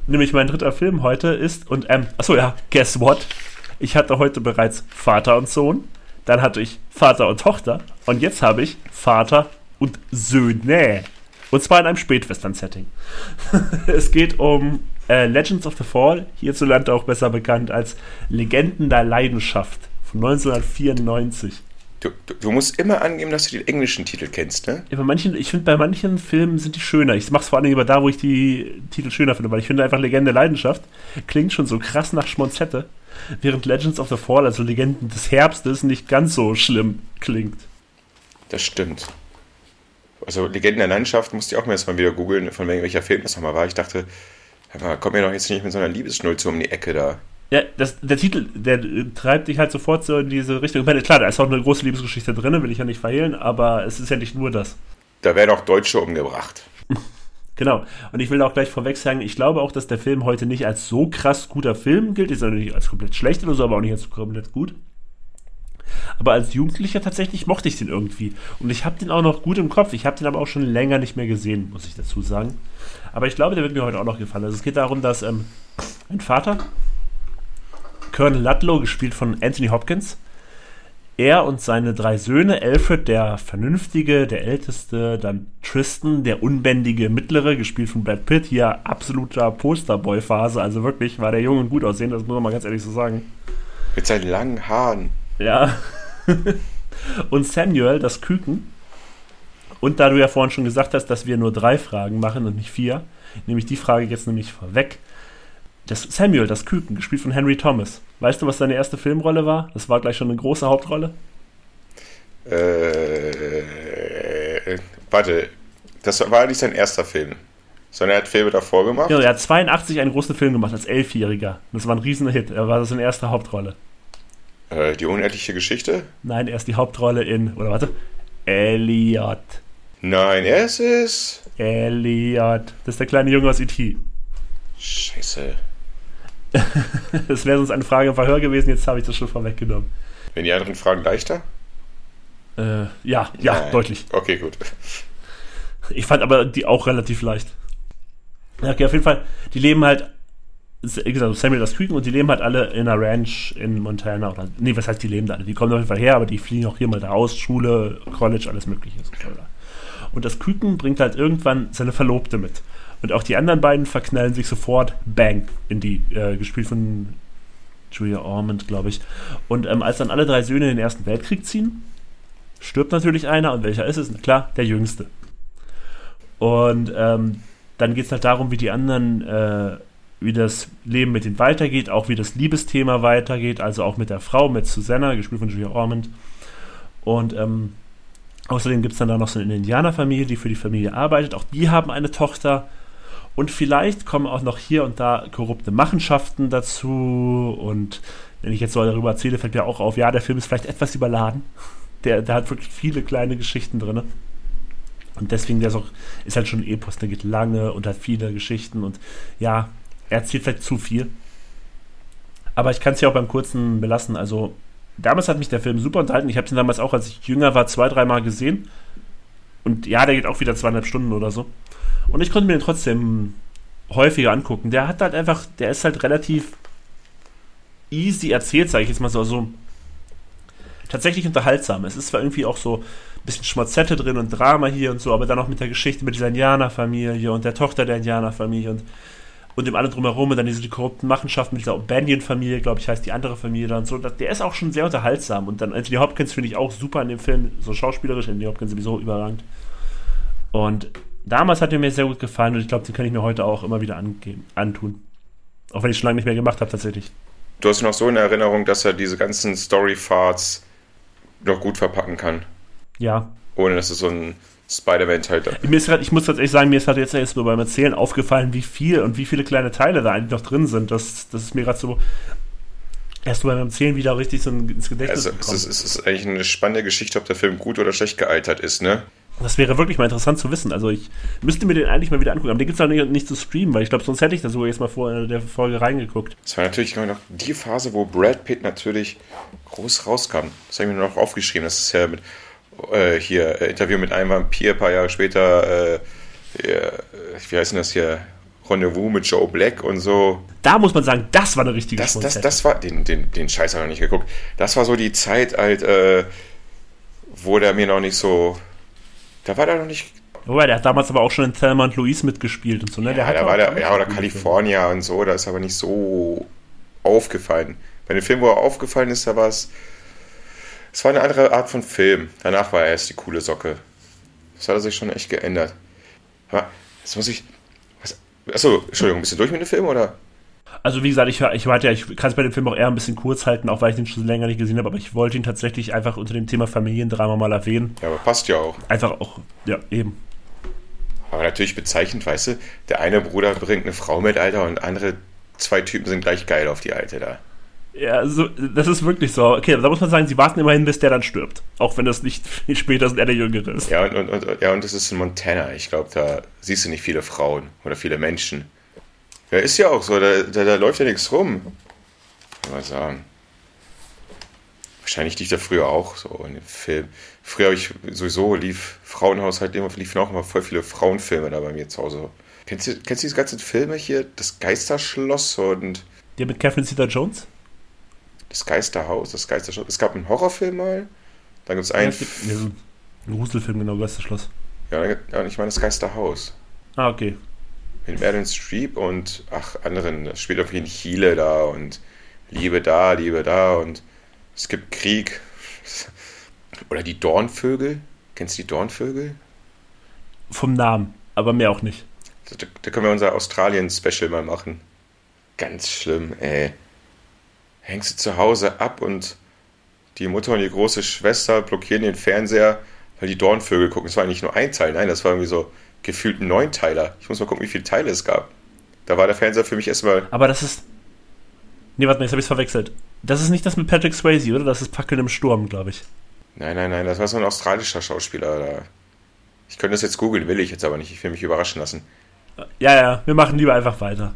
Nämlich mein dritter Film heute ist, und achso ja, guess what? Ich hatte heute bereits Vater und Sohn, dann hatte ich Vater und Tochter und jetzt habe ich Vater und Söhne. Und zwar in einem Spätwestern-Setting. Es geht um Legends of the Fall, hierzulande auch besser bekannt als Legenden der Leidenschaft von 1994. Du musst immer angeben, dass du den englischen Titel kennst, ne? Ja, ich finde, bei manchen Filmen sind die schöner. Ich mache es vor allem immer da, wo ich die Titel schöner finde, weil ich finde einfach Legende der Leidenschaft klingt schon so krass nach Schmonzette, während Legends of the Fall, also Legenden des Herbstes, nicht ganz so schlimm klingt. Das stimmt. Also Legenden der Landschaft musste ich auch mir jetzt mal wieder googeln, von welcher Film das nochmal war. Ich dachte, hör mal, komm mir doch jetzt nicht mit so einer Liebesschnulze um die Ecke da. Ja, der Titel, der treibt dich halt sofort so in diese Richtung. Ich meine, klar, da ist auch eine große Liebesgeschichte drin, will ich ja nicht verhehlen, aber es ist ja nicht nur das. Da werden auch Deutsche umgebracht. Genau. Und ich will auch gleich vorweg sagen, ich glaube auch, dass der Film heute nicht als so krass guter Film gilt. Ist ja nicht als komplett schlecht oder so, aber auch nicht als komplett gut. Aber als Jugendlicher tatsächlich mochte ich den irgendwie. Und ich habe den auch noch gut im Kopf. Ich habe den aber auch schon länger nicht mehr gesehen, muss ich dazu sagen. Aber ich glaube, der wird mir heute auch noch gefallen. Also es geht darum, dass ein Vater, Colonel Ludlow, gespielt von Anthony Hopkins, er und seine 3 Söhne, Alfred, der Vernünftige, der Älteste, dann Tristan, der Unbändige Mittlere, gespielt von Brad Pitt, hier absoluter Posterboy-Phase, also wirklich war der Junge gut aussehen, das muss man mal ganz ehrlich so sagen. Mit seinen langen Haaren. Ja. Und Samuel, das Küken. Und da du ja vorhin schon gesagt hast, dass wir nur 3 Fragen machen und nicht 4, nehme ich die Frage jetzt nämlich vorweg. Samuel, das Küken, gespielt von Henry Thomas. Weißt du, was seine erste Filmrolle war? Das war gleich schon eine große Hauptrolle. Warte, das war nicht sein erster Film, sondern er hat Filme davor gemacht? Ja, er hat 82 einen großen Film gemacht, als 11-Jähriger. Das war ein Riesenhit. Er war seine erste Hauptrolle. Die unendliche Geschichte? Nein, er ist die Hauptrolle Elliot. Nein, er ist es. Elliot. Das ist der kleine Junge aus E.T. Scheiße. Das wäre sonst eine Frage im Verhör gewesen, jetzt habe ich das schon vorweggenommen. Werden die anderen Fragen leichter? Ja, Nein. Deutlich. Okay, gut. Ich fand aber die auch relativ leicht. Okay, auf jeden Fall, die leben halt, wie gesagt, Samuel das Küken, und die leben halt alle in einer Ranch in Montana. Was heißt, die leben da alle? Die kommen auf jeden Fall her, aber die fliegen auch hier mal da aus, Schule, College, alles mögliche. Und das Küken bringt halt irgendwann seine Verlobte mit. Und auch die anderen beiden verknallen sich sofort, bang, in die, gespielt von Julia Ormond, glaube ich. Und als dann alle 3 Söhne in den Ersten Weltkrieg ziehen, stirbt natürlich einer. Und welcher ist es? Na klar, der Jüngste. Und dann geht es halt darum, wie die anderen, wie das Leben mit denen weitergeht, auch wie das Liebesthema weitergeht, also auch mit der Frau, mit Susanna, gespielt von Julia Ormond. Und außerdem gibt es dann da noch so eine Indianerfamilie, die für die Familie arbeitet. Auch die haben eine Tochter. Und vielleicht kommen auch noch hier und da korrupte Machenschaften dazu. Und wenn ich jetzt so darüber erzähle, fällt mir auch auf, ja, der Film ist vielleicht etwas überladen. Der hat wirklich viele kleine Geschichten drin. Und deswegen, ist halt schon ein Epos, der geht lange und hat viele Geschichten. Und ja, er erzählt vielleicht zu viel. Aber ich kann es ja auch beim Kurzen belassen. Also, damals hat mich der Film super unterhalten. Ich habe den damals auch, als ich jünger war, 2-3 Mal gesehen. Und ja, der geht auch wieder 2,5 Stunden oder so. Und ich konnte mir den trotzdem häufiger angucken. Der ist halt relativ easy erzählt, sage ich jetzt mal so. Also tatsächlich unterhaltsam. Es ist zwar irgendwie auch so ein bisschen Schmotzette drin und Drama hier und so, aber dann auch mit der Geschichte mit dieser Indianerfamilie und der Tochter der Indianerfamilie und dem alle drumherum und dann die korrupten Machenschaften mit dieser O'Banion-Familie, glaube ich, heißt die andere Familie da und so. Der ist auch schon sehr unterhaltsam. Und dann Anthony Hopkins finde ich auch super in dem Film, so schauspielerisch, Anthony Hopkins sowieso überragend. Und damals hat er mir sehr gut gefallen und ich glaube, den kann ich mir heute auch immer wieder antun. Auch wenn ich schon lange nicht mehr gemacht habe, tatsächlich. Du hast noch so in Erinnerung, dass er diese ganzen Story-Farts noch gut verpacken kann. Ja. Ohne dass es so ein Spider-Man-Teil da ist. Ich muss tatsächlich sagen, mir ist halt jetzt erst nur beim Erzählen aufgefallen, wie viel und wie viele kleine Teile da eigentlich noch drin sind. Das ist mir gerade so erst beim Erzählen wieder richtig so ins Gedächtnis gekommen. Es ist eigentlich eine spannende Geschichte, ob der Film gut oder schlecht gealtert ist, ne? Das wäre wirklich mal interessant zu wissen. Also ich müsste mir den eigentlich mal wieder angucken. Aber den gibt es halt nicht zu streamen, weil ich glaube, sonst hätte ich da sogar jetzt mal vor der Folge reingeguckt. Das war natürlich noch die Phase, wo Brad Pitt natürlich groß rauskam. Das habe ich mir noch aufgeschrieben. Das ist ja mit Interview mit einem Vampir, ein paar Jahre später, wie heißt denn das hier? Rendezvous mit Joe Black und so. Da muss man sagen, das war eine richtige Schmonzette. Das war, den Scheiß habe ich noch nicht geguckt. Das war so die Zeit halt, wo der mir noch nicht so, da war der noch nicht. Wobei, der hat damals aber auch schon in Thelma und Louise mitgespielt und so, ne? Oder California und so, da ist aber nicht so aufgefallen. Bei dem Film, wo er aufgefallen ist, da war es war eine andere Art von Film. Danach war er erst die coole Socke. Das hat er sich schon echt geändert. Aber jetzt muss ich, achso, Entschuldigung, bist du durch mit dem Film, oder? Also wie gesagt, ich kann es bei dem Film auch eher ein bisschen kurz halten, auch weil ich den schon länger nicht gesehen habe, aber ich wollte ihn tatsächlich einfach unter dem Thema Familiendrama mal erwähnen. Ja, aber passt ja auch. Einfach auch, ja, eben. Aber natürlich bezeichnend, weißt du, der eine Bruder bringt eine Frau mit, Alter, und andere 2 Typen sind gleich geil auf die Alte da. Ja, das ist wirklich so. Okay, da muss man sagen, sie warten immerhin, bis der dann stirbt. Auch wenn das nicht viel später ist und er der Jüngere ist. Ja, und das ist in Montana. Ich glaube, da siehst du nicht viele Frauen oder viele Menschen. Ja, ist ja auch so, da läuft ja nichts rum. Kann man sagen. Wahrscheinlich lief der früher auch so in dem Film. Früher habe ich sowieso liefen auch immer voll viele Frauenfilme da bei mir zu Hause. Kennst du diese ganzen Filme hier? Das Geisterschloss und... Der mit Catherine Zeta-Jones? Das Geisterhaus, das Geisterschloss. Es gab einen Horrorfilm mal. Dann gibt es einen... ein Gruselfilm, genau, Geisterschloss. Ja, ich meine das Geisterhaus. Ah, okay. Mit Meryl Streep und anderen. Das spielt auf jeden Fall Chile da und Liebe da und es gibt Krieg. Oder die Dornvögel. Kennst du die Dornvögel? Vom Namen, aber mehr auch nicht. Da können wir unser Australien-Special mal machen. Ganz schlimm, ey. Hängst du zu Hause ab und die Mutter und die große Schwester blockieren den Fernseher, weil die Dornvögel gucken. Es war nicht nur ein Teil, nein, das war irgendwie so gefühlt 9 Teiler. Ich muss mal gucken, wie viele Teile es gab. Da war der Fernseher für mich erstmal... Aber das ist... Nee, warte mal, jetzt habe ich es verwechselt. Das ist nicht das mit Patrick Swayze, oder? Das ist Fackeln im Sturm, glaube ich. Nein, das war so ein australischer Schauspieler. Da. Ich könnte das jetzt googeln, will ich jetzt aber nicht. Ich will mich überraschen lassen. Ja, wir machen lieber einfach weiter.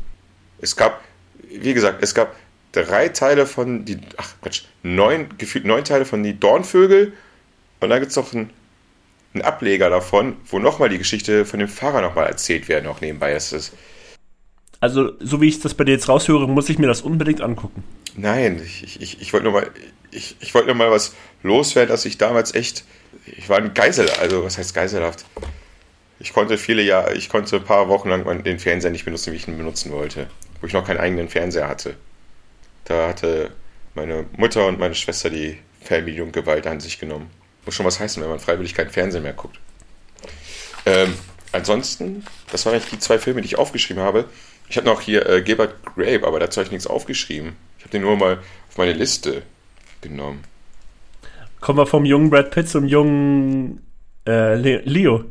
Wie gesagt, es gab 3 Teile von die... gefühlt 9 Teile von die Dornvögel. Und dann gibt es noch einen Ableger davon, wo nochmal die Geschichte von dem Fahrer nochmal erzählt werden, auch nebenbei ist es. Also, so wie ich das bei dir jetzt raushöre, muss ich mir das unbedingt angucken. Nein, ich wollte nur mal was loswerden, dass ich damals echt, ich war ein Geisel, also was heißt geiselhaft? Ich konnte ein paar Wochen lang den Fernseher nicht benutzen, wie ich ihn benutzen wollte, wo ich noch keinen eigenen Fernseher hatte. Da hatte meine Mutter und meine Schwester die Fernmedium-Gewalt an sich genommen. Muss schon was heißen, wenn man freiwillig keinen Fernsehen mehr guckt. Ansonsten, das waren eigentlich die 2 Filme, die ich aufgeschrieben habe. Ich habe noch hier Gilbert Grape, aber dazu habe ich nichts aufgeschrieben. Ich habe den nur mal auf meine Liste genommen. Kommen wir vom jungen Brad Pitt zum jungen Leo.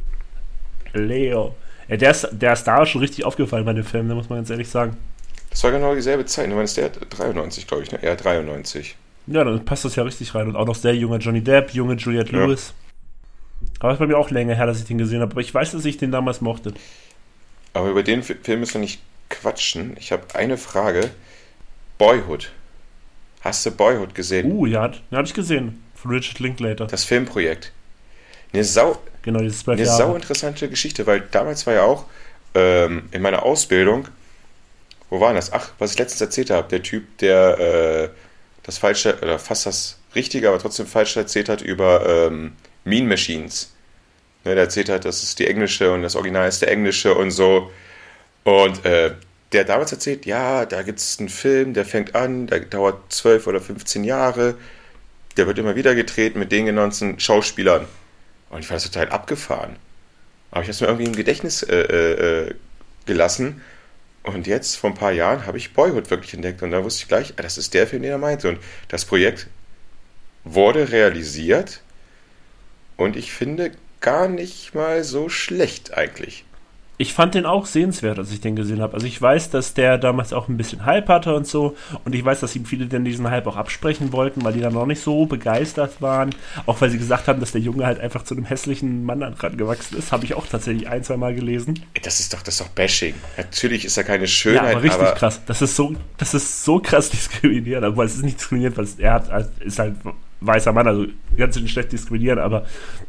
Ja, der ist da schon richtig aufgefallen bei dem Film, da muss man ganz ehrlich sagen. Das war genau dieselbe Zeit. Ich meine, ist der 93, glaube ich, ne? Ja, 93. Ja, dann passt das ja richtig rein. Und auch noch sehr junger Johnny Depp, junge Juliette Lewis. Aber es ist bei mir auch länger her, dass ich den gesehen habe. Aber ich weiß, dass ich den damals mochte. Aber über den Film müssen wir nicht quatschen. Ich habe eine Frage. Boyhood. Hast du Boyhood gesehen? Ja, den habe ich gesehen. Von Richard Linklater. Das Filmprojekt. Eine sau interessante Geschichte, weil damals war ja auch in meiner Ausbildung, wo war das? Ach, was ich letztens erzählt habe, der Typ, der das Falsche, oder fast das Richtige, aber trotzdem falsch erzählt hat über Mean Machines. Ne, der erzählt hat, das ist die englische und das Original ist der englische und so. Und der hat damals erzählt, ja, da gibt es einen Film, der fängt an, der dauert 12 oder 15 Jahre, der wird immer wieder gedreht mit den genannten Schauspielern. Und ich fand das total abgefahren. Aber ich habe es mir irgendwie im Gedächtnis gelassen. Und jetzt, vor ein paar Jahren, habe ich Boyhood wirklich entdeckt. Und da wusste ich gleich, das ist der Film, den er meinte. Und das Projekt wurde realisiert. Und ich finde gar nicht mal so schlecht eigentlich. Ich fand den auch sehenswert, als ich den gesehen habe. Also ich weiß, dass der damals auch ein bisschen Hype hatte und so. Und ich weiß, dass ihm viele denn diesen Hype auch absprechen wollten, weil die dann noch nicht so begeistert waren. Auch weil sie gesagt haben, dass der Junge halt einfach zu einem hässlichen Mann angewachsen ist. Habe ich auch tatsächlich 1-2 Mal gelesen. Das ist doch Bashing. Natürlich ist er keine Schönheit, ja, aber richtig krass. Das ist so krass diskriminierend. Aber es ist nicht diskriminierend, weil ist halt weißer Mann, also ganz schön schlecht diskriminieren, aber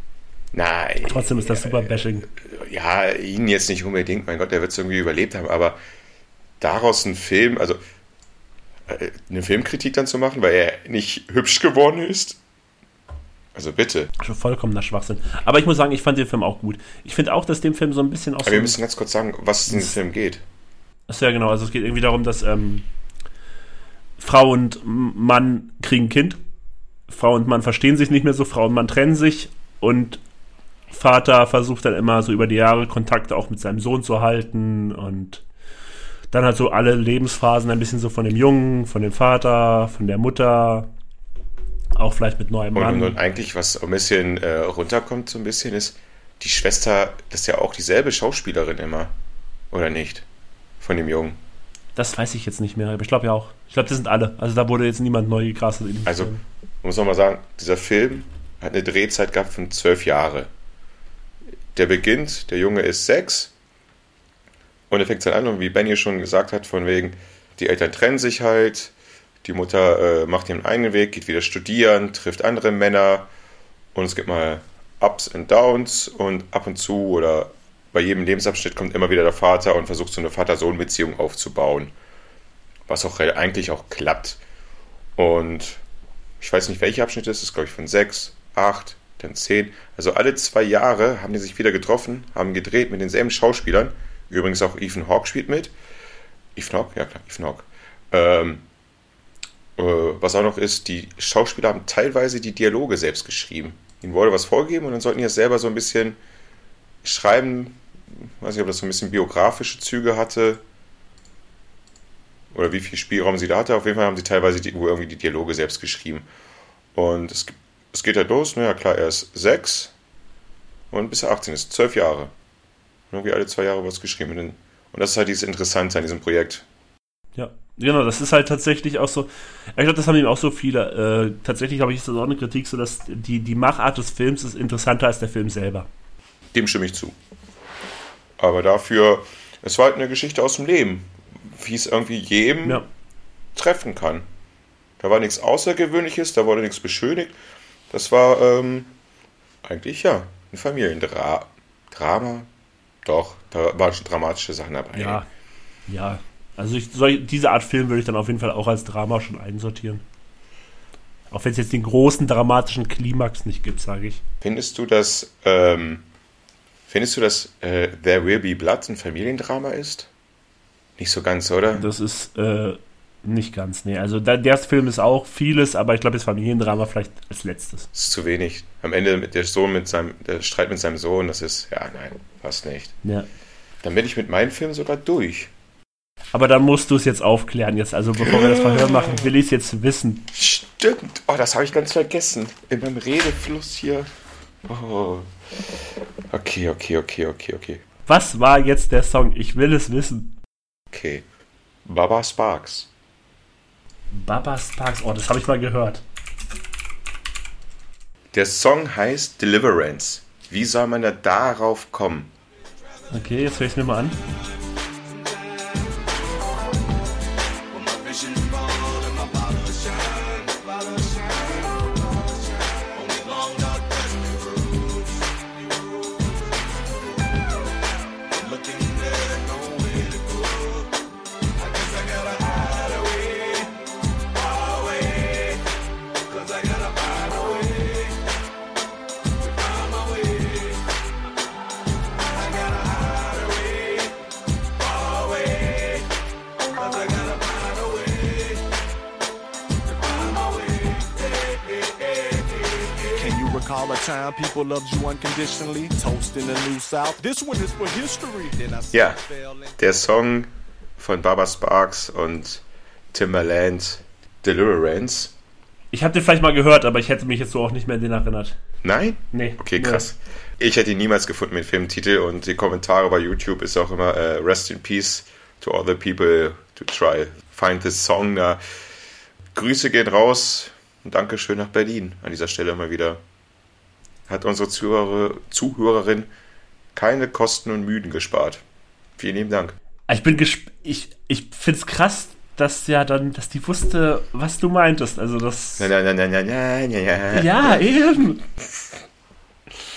Nein. Trotzdem ist das super Bashing. Ja, ihn jetzt nicht unbedingt, mein Gott, der wird es irgendwie überlebt haben, aber daraus einen Film, also eine Filmkritik dann zu machen, weil er nicht hübsch geworden ist. Also bitte. Schon vollkommener Schwachsinn. Aber ich muss sagen, ich fand den Film auch gut. Ich finde auch, dass dem Film so ein bisschen auch Aber wir müssen ganz kurz sagen, was es in dem Film geht. Ist ja genau, also es geht irgendwie darum, dass Frau und Mann kriegen ein Kind. Frau und Mann verstehen sich nicht mehr so, Frau und Mann trennen sich und Vater versucht dann immer so über die Jahre Kontakte auch mit seinem Sohn zu halten und dann halt so alle Lebensphasen ein bisschen so von dem Jungen, von dem Vater, von der Mutter, auch vielleicht mit neuem Mann. Und eigentlich, was ein bisschen runterkommt so ein bisschen, ist, die Schwester, das ist ja auch dieselbe Schauspielerin immer, oder nicht? Von dem Jungen. Das weiß ich jetzt nicht mehr, aber ich glaube ja auch. Ich glaube, das sind alle. Also da wurde jetzt niemand neu gecastet. Also, muss man mal sagen, dieser Film hat eine Drehzeit gehabt von 12 Jahre. Der beginnt, der Junge ist 6 und er fängt dann an, und wie Benny schon gesagt hat, von wegen, die Eltern trennen sich halt, die Mutter macht ihren eigenen Weg, geht wieder studieren, trifft andere Männer und es gibt mal Ups und Downs und ab und zu oder bei jedem Lebensabschnitt kommt immer wieder der Vater und versucht so eine Vater-Sohn-Beziehung aufzubauen. Was auch eigentlich auch klappt. Und ich weiß nicht, welcher Abschnitt es ist, glaube ich von 6, 8, dann 10. Also alle 2 Jahre haben die sich wieder getroffen, haben gedreht mit denselben Schauspielern. Übrigens auch Ethan Hawke spielt mit. Ethan Hawke? Ja klar, Ethan Hawke. Was auch noch ist, die Schauspieler haben teilweise die Dialoge selbst geschrieben. Ihnen wurde was vorgegeben und dann sollten die das selber so ein bisschen schreiben. Ich weiß nicht, ob das so ein bisschen biografische Züge hatte oder wie viel Spielraum sie da hatte. Auf jeden Fall haben sie teilweise irgendwie die Dialoge selbst geschrieben. Und es geht halt los, ja klar, er ist 6 und bis er 18 ist, 12 Jahre. Und irgendwie alle 2 Jahre was geschrieben. Und das ist halt dieses Interessante an diesem Projekt. Ja, genau, das ist halt tatsächlich auch so, ich glaube, das haben eben auch so viele, tatsächlich habe ich so eine Kritik, so dass die Machart des Films ist interessanter als der Film selber. Dem stimme ich zu. Aber dafür, es war halt eine Geschichte aus dem Leben, wie es irgendwie jedem treffen kann. Da war nichts Außergewöhnliches, da wurde nichts beschönigt. Das war eigentlich ja ein Familiendrama. Doch, da waren schon dramatische Sachen dabei. Ja. Also diese Art Film würde ich dann auf jeden Fall auch als Drama schon einsortieren. Auch wenn es jetzt den großen dramatischen Klimax nicht gibt, sage ich. Findest du, dass There Will Be Blood ein Familiendrama ist? Nicht so ganz, oder? Das ist nicht ganz, nee. Also der Film ist auch vieles, aber ich glaube, das Familiendrama vielleicht als letztes. Das ist zu wenig. Am Ende der Streit mit seinem Sohn, das ist, nein, fast nicht. Ja. Dann bin ich mit meinem Film sogar durch. Aber dann musst du es jetzt aufklären jetzt. Also bevor wir das Verhör machen, will ich es jetzt wissen. Stimmt. Oh, das habe ich ganz vergessen. In meinem Redefluss hier. Oh. Okay. Was war jetzt der Song? Ich will es wissen. Okay. Baba Sparks. Baba Sparks. Oh, das habe ich mal gehört. Der Song heißt Deliverance. Wie soll man da darauf kommen? Okay, jetzt höre ich es mir mal an. People loved you unconditionally, toast in the New South. This one is for history. Ja, der Song von Baba Sparks und Timbaland, Deliverance. Ich hatte vielleicht mal gehört, aber ich hätte mich jetzt so auch nicht mehr an den erinnert. Nein? Nee. Okay, krass. Nee. Ich hätte ihn niemals gefunden mit dem Filmtitel und die Kommentare bei YouTube ist auch immer Rest in Peace to all the people to try find this song. Da Grüße gehen raus und Dankeschön nach Berlin an dieser Stelle mal wieder. Hat unsere Zuhörerin keine Kosten und Mühen gespart. Vielen lieben Dank. Ich find's krass, dass die wusste, was du meintest. Also das. Nein. Ja, eben.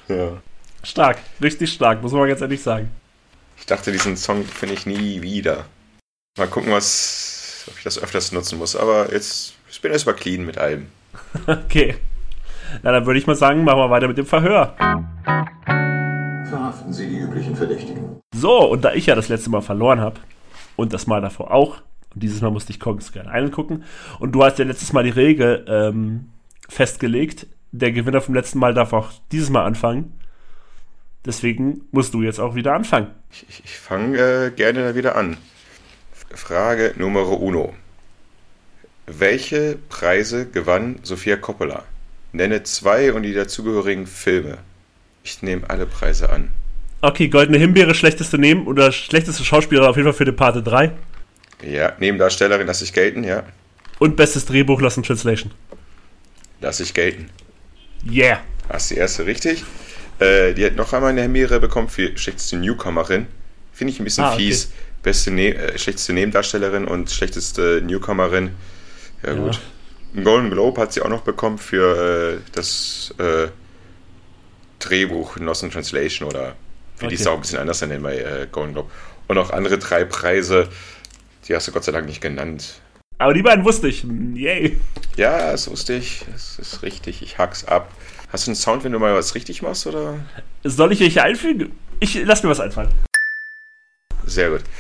Ja. Stark, richtig stark, muss man ganz ehrlich sagen. Ich dachte, diesen Song finde ich nie wieder. Mal gucken, ob ich das öfters nutzen muss. Aber ich bin erstmal clean mit allem. Okay. Na, dann würde ich mal sagen, machen wir weiter mit dem Verhör. Verhaften Sie die üblichen Verdächtigen. So, und da ich ja das letzte Mal verloren habe und das Mal davor auch, und dieses Mal musste ich Kong Skull Island gucken, und du hast ja letztes Mal die Regel festgelegt, der Gewinner vom letzten Mal darf auch dieses Mal anfangen. Deswegen musst du jetzt auch wieder anfangen. Ich fange gerne wieder an. Frage Nummer uno. Welche Preise gewann Sofia Coppola? Nenne 2 und die dazugehörigen Filme. Ich nehme alle Preise an. Okay, Goldene Himbeere, schlechteste oder schlechteste Schauspieler auf jeden Fall für die Parte 3. Ja, Nebendarstellerin lasse ich gelten, ja. Und bestes Drehbuch, Lost in Translation. Lasse ich gelten. Yeah. Hast die erste richtig. Die hat noch einmal eine Himbeere bekommen für schlechteste Newcomerin. Finde ich ein bisschen fies. Beste schlechteste Nebendarstellerin und schlechteste Newcomerin. Ja, gut. Einen Golden Globe hat sie auch noch bekommen für das Drehbuch Lost in Translation oder wie die es auch ein bisschen anders nennen bei Golden Globe. Und auch andere 3 Preise, die hast du Gott sei Dank nicht genannt. Aber die beiden wusste ich. Yay. Ja, das wusste ich. Das ist richtig. Ich hack's ab. Hast du einen Sound, wenn du mal was richtig machst, oder? Soll ich hier einfügen? Lass mir was einfallen. Sehr gut.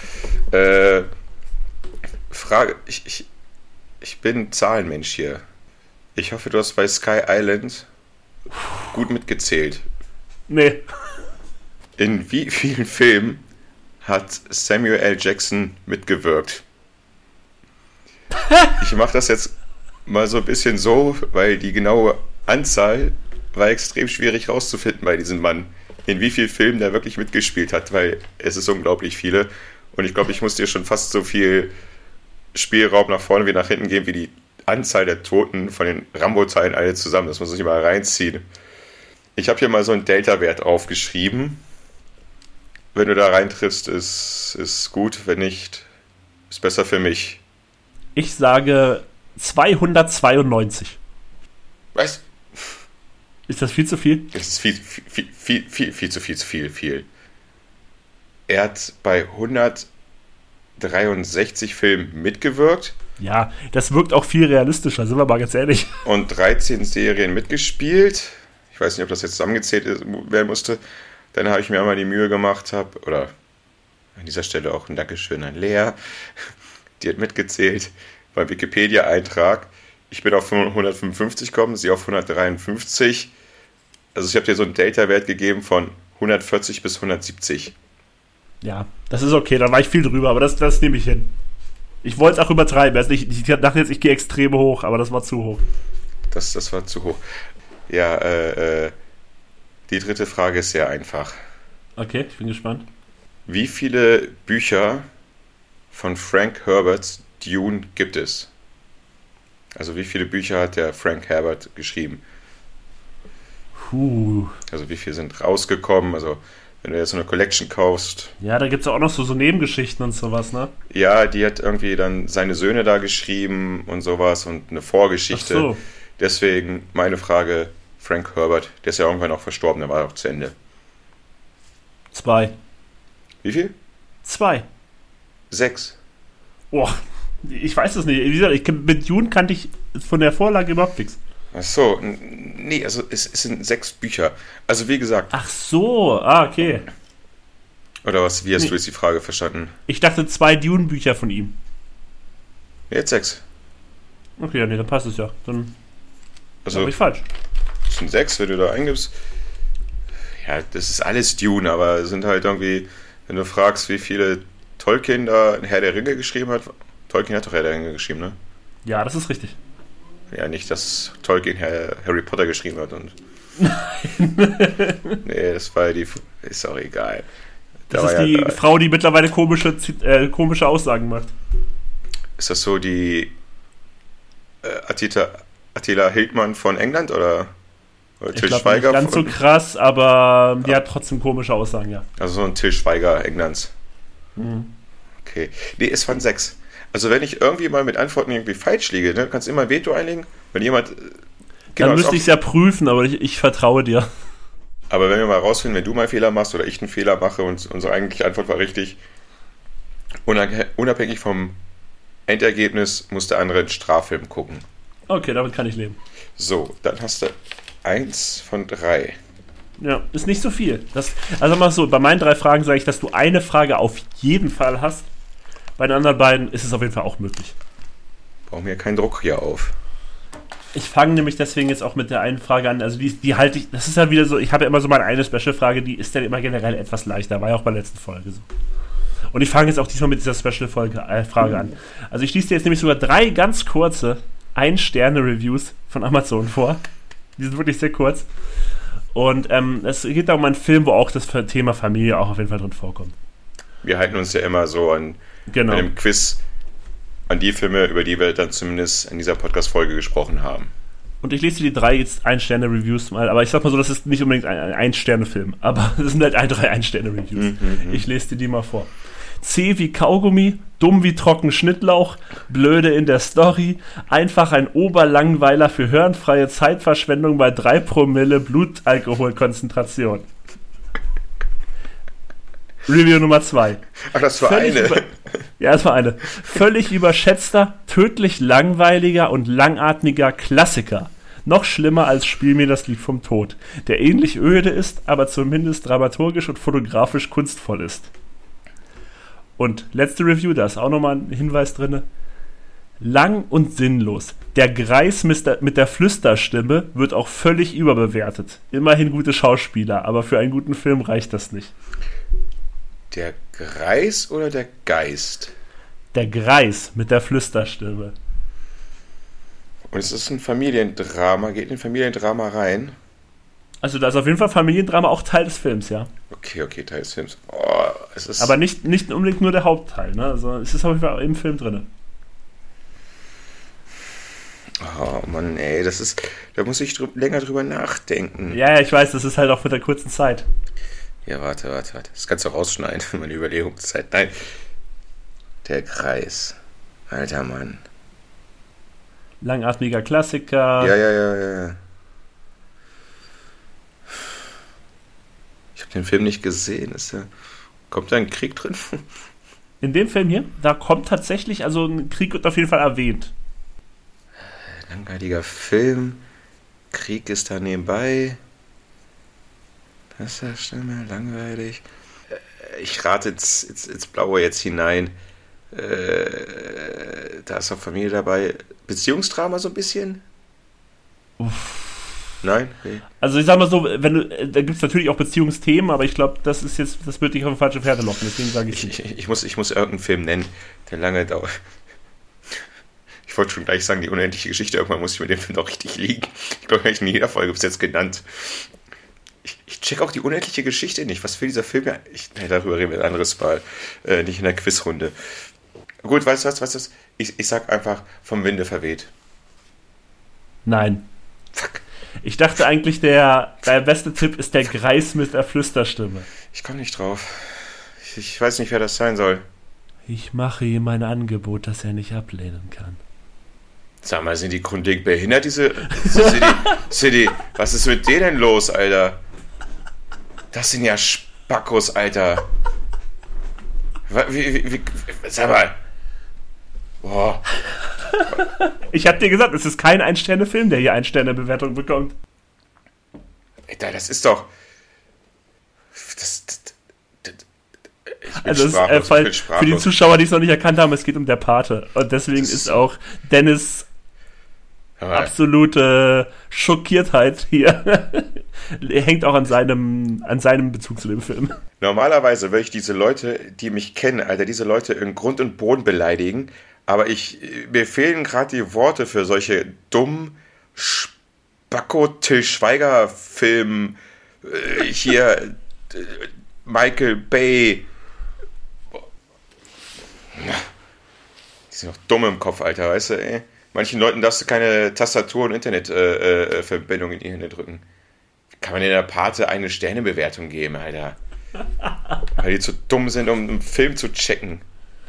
Frage. Ich bin Zahlenmensch hier. Ich hoffe, du hast bei Sky Island gut mitgezählt. Nee. In wie vielen Filmen hat Samuel L. Jackson mitgewirkt? Ich mache das jetzt mal so ein bisschen so, weil die genaue Anzahl war extrem schwierig rauszufinden bei diesem Mann. In wie vielen Filmen der wirklich mitgespielt hat, weil es ist unglaublich viele. Und ich glaube, ich muss dir schon fast so viel Spielraum nach vorne wie nach hinten geben, wie die Anzahl der Toten von den Rambo-Teilen alle zusammen. Das muss ich mal reinziehen. Ich habe hier mal so einen Delta-Wert aufgeschrieben. Wenn du da reintriffst, ist gut. Wenn nicht, ist besser für mich. Ich sage 292. Was? Ist das viel zu viel? Das ist viel zu viel. Er hat bei 163 Filmen mitgewirkt. Ja, das wirkt auch viel realistischer, sind wir mal ganz ehrlich. Und 13 Serien mitgespielt. Ich weiß nicht, ob das jetzt zusammengezählt werden musste. Dann habe ich mir einmal die Mühe gemacht, oder an dieser Stelle auch ein Dankeschön an Lea. Die hat mitgezählt beim Wikipedia-Eintrag. Ich bin auf 155 gekommen, sie auf 153. Also ich habe dir so einen Delta-Wert gegeben von 140 bis 170. Ja, das ist okay, da war ich viel drüber, aber das nehme ich hin. Ich wollte es auch übertreiben. Also ich dachte jetzt, ich gehe extrem hoch, aber das war zu hoch. Das war zu hoch. Ja, die dritte Frage ist sehr einfach. Okay, ich bin gespannt. Wie viele Bücher von Frank Herberts Dune gibt es? Also wie viele Bücher hat der Frank Herbert geschrieben? Also wie viele sind rausgekommen? Also wenn du jetzt so eine Collection kaufst. Ja, da gibt es ja auch noch so Nebengeschichten und sowas, ne? Ja, die hat irgendwie dann seine Söhne da geschrieben und sowas und eine Vorgeschichte. Ach so. Deswegen meine Frage, Frank Herbert, der ist ja irgendwann auch verstorben, der war auch zu Ende. 2. Wie viel? 2. 6. Boah, ich weiß es nicht. Wie gesagt, mit Dune kannte ich von der Vorlage überhaupt nichts. Ach so, nee, also es sind 6 Bücher. Also wie gesagt. Ach so, okay. Oder was, wie hast du jetzt die Frage verstanden? Ich dachte 2 Dune-Bücher von ihm. Jetzt 6. Okay, ja, nee, dann passt es ja. Dann also, habe ich falsch. Das sind 6, wenn du da eingibst. Ja, das ist alles Dune, aber es sind halt irgendwie, wenn du fragst, wie viele Tolkien da Herr der Ringe geschrieben hat. Tolkien hat doch Herr der Ringe geschrieben, ne? Ja, das ist richtig. Ja, nicht, dass Tolkien Harry Potter geschrieben hat und. Nein. Nee, das war ja ist auch egal. Das ist die Frau, die mittlerweile komische Aussagen macht. Ist das so die Attila Hildmann von England oder Till Schweiger? Nicht ganz so krass, aber die hat trotzdem komische Aussagen, ja. Also so ein Till Schweiger Englands. Mhm. Okay. Nee, es waren 6. Also wenn ich irgendwie mal mit Antworten irgendwie falsch liege, ne, kannst du immer ein Veto einlegen. Wenn jemand... Dann müsste ich es ja prüfen, aber ich vertraue dir. Aber wenn wir mal rausfinden, wenn du mal einen Fehler machst oder ich einen Fehler mache und unsere eigentliche Antwort war richtig, unabhängig vom Endergebnis muss der andere einen Straffilm gucken. Okay, damit kann ich leben. So, dann hast du 1 von 3. Ja, ist nicht so viel. Also mal so, bei meinen 3 Fragen sage ich, dass du eine Frage auf jeden Fall hast. Bei den anderen beiden ist es auf jeden Fall auch möglich. Brauchen wir keinen Druck hier auf. Ich fange nämlich deswegen jetzt auch mit der einen Frage an. Also die halte ich, das ist ja wieder so, ich habe ja immer so meine eine Special-Frage, die ist dann immer generell etwas leichter. War ja auch bei der letzten Folge so. Und ich fange jetzt auch diesmal mit dieser Special-Frage an. Also ich schließe dir jetzt nämlich sogar 3 ganz kurze 1-Sterne-Reviews von Amazon vor. Die sind wirklich sehr kurz. Und es geht da um einen Film, wo auch das Thema Familie auch auf jeden Fall drin vorkommt. Wir halten uns ja immer so an einem Quiz an die Filme, über die wir dann zumindest in dieser Podcast-Folge gesprochen haben. Und ich lese dir die 3 jetzt 1-Sterne-Reviews mal, aber ich sag mal so, das ist nicht unbedingt ein 1-Sterne-Film, aber das sind halt 3 1-Sterne-Reviews. Ich lese dir die mal vor. Zäh wie Kaugummi, dumm wie trocken Schnittlauch, blöde in der Story, einfach ein Oberlangweiler für hirnfreie Zeitverschwendung bei 3 Promille Blutalkoholkonzentration. Review Nummer 2. Ach, das war eine. Ja, das war eine. Völlig überschätzter, tödlich langweiliger und langatmiger Klassiker. Noch schlimmer als Spiel mir das Lied vom Tod, der ähnlich öde ist, aber zumindest dramaturgisch und fotografisch kunstvoll ist. Und letzte Review, da ist auch nochmal ein Hinweis drin. Lang und sinnlos. Der Greis mit der Flüsterstimme wird auch völlig überbewertet. Immerhin gute Schauspieler, aber für einen guten Film reicht das nicht. Der Greis oder der Geist? Der Greis mit der Flüsterstimme. Und es ist ein Familiendrama. Geht in ein Familiendrama rein? Also da ist auf jeden Fall Familiendrama auch Teil des Films, ja. Okay, Teil des Films. Oh, es ist aber nicht unbedingt nur der Hauptteil, ne? Also es ist auf jeden Fall im Film drin. Oh Mann, ey, da muss ich länger drüber nachdenken. Ja, ich weiß, das ist halt auch mit der kurzen Zeit. Ja, warte. Das kannst du rausschneiden, meine Überlegungszeit. Nein. Der Kreis. Alter Mann. Langatmiger Klassiker. Ja. Ich habe den Film nicht gesehen. Kommt da ein Krieg drin? In dem Film hier, da kommt tatsächlich, also ein Krieg wird auf jeden Fall erwähnt. Langweiliger Film. Krieg ist da nebenbei. Das ist ja schnell langweilig. Ich rate ins Blaue jetzt hinein. Da ist auch Familie dabei. Beziehungsdrama so ein bisschen? Uff. Nein? Okay. Also ich sag mal so, da gibt es natürlich auch Beziehungsthemen, aber ich glaube, das wird dich auf eine falsche Pferde locken, deswegen sage ich muss irgendeinen Film nennen, der lange dauert. Ich wollte schon gleich sagen, die unendliche Geschichte, irgendwann muss ich mit dem Film doch richtig liegen. Ich glaube, ich habe in jeder Folge bis jetzt genannt. Ich check auch die unendliche Geschichte nicht. Was will dieser Film? Darüber reden wir ein anderes Mal. Nicht in der Quizrunde. Gut, weißt du was? Ich sag einfach, vom Winde verweht. Nein. Fuck. Ich dachte eigentlich, der beste Tipp ist der Greis mit der Flüsterstimme. Ich komme nicht drauf. Ich weiß nicht, wer das sein soll. Ich mache ihm ein Angebot, das er nicht ablehnen kann. Sag mal, sind die grundlegend behindert, diese... was ist mit denen los, Alter? Das sind ja Spackos, Alter. Sag mal. Boah. Ich hab dir gesagt, es ist kein 1-Sterne-Film, der hier 1-Sterne-Bewertung bekommt. Alter, das ist doch... Also für die Zuschauer, die es noch nicht erkannt haben, es geht um Der Pate. Und deswegen ist auch Dennis absolute Schockiertheit hier. Hängt auch an seinem Bezug zu dem Film. Normalerweise würde ich diese Leute, die mich kennen, Alter, diese Leute in Grund und Boden beleidigen, aber mir fehlen gerade die Worte für solche dummen Spacko-Till Schweiger-Film hier Michael Bay. Die sind doch dumm im Kopf, Alter, weißt du, ey? Manchen Leuten darfst du keine Tastatur- und Internetverbindung in die Hände drücken. Wie kann man in der Pate eine Sternebewertung geben, Alter? Weil die zu dumm sind, um einen Film zu checken.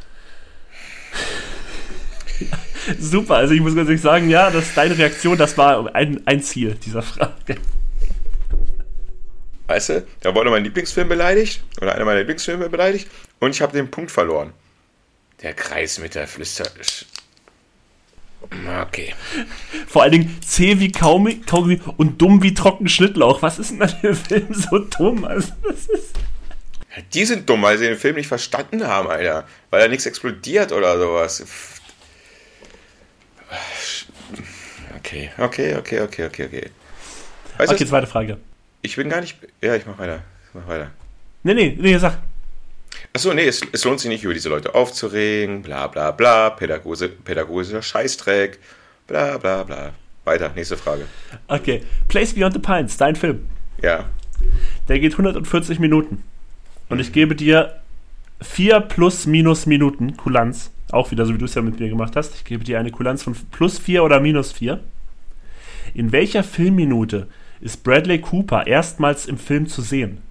Super, also ich muss ganz ehrlich sagen, ja, deine Reaktion, das war ein Ziel dieser Frage. Weißt du, da wurde mein Lieblingsfilm beleidigt oder einer meiner Lieblingsfilme beleidigt und ich habe den Punkt verloren. Der Kreis mit der Flüster. Okay. Vor allen Dingen zäh wie Kaugummi und dumm wie Trockenschnittlauch. Was ist denn an dem Film so dumm? Also, das ist... Ja, die sind dumm, weil sie den Film nicht verstanden haben, Alter. Weil da nichts explodiert oder sowas. Okay. Weißt Okay, zweite Frage. Ich bin gar nicht... Ja, ich mach weiter. Nee, sag. Achso, nee, es lohnt sich nicht, über diese Leute aufzuregen, bla bla bla, pädagogischer Scheißdreck, bla bla bla. Weiter, nächste Frage. Okay, Place Beyond the Pines, dein Film. Ja. Der geht 140 Minuten. Und ich gebe dir 4 plus minus Minuten Kulanz. Auch wieder so, wie du es ja mit mir gemacht hast. Ich gebe dir eine Kulanz von plus 4 oder minus 4. In welcher Filmminute ist Bradley Cooper erstmals im Film zu sehen?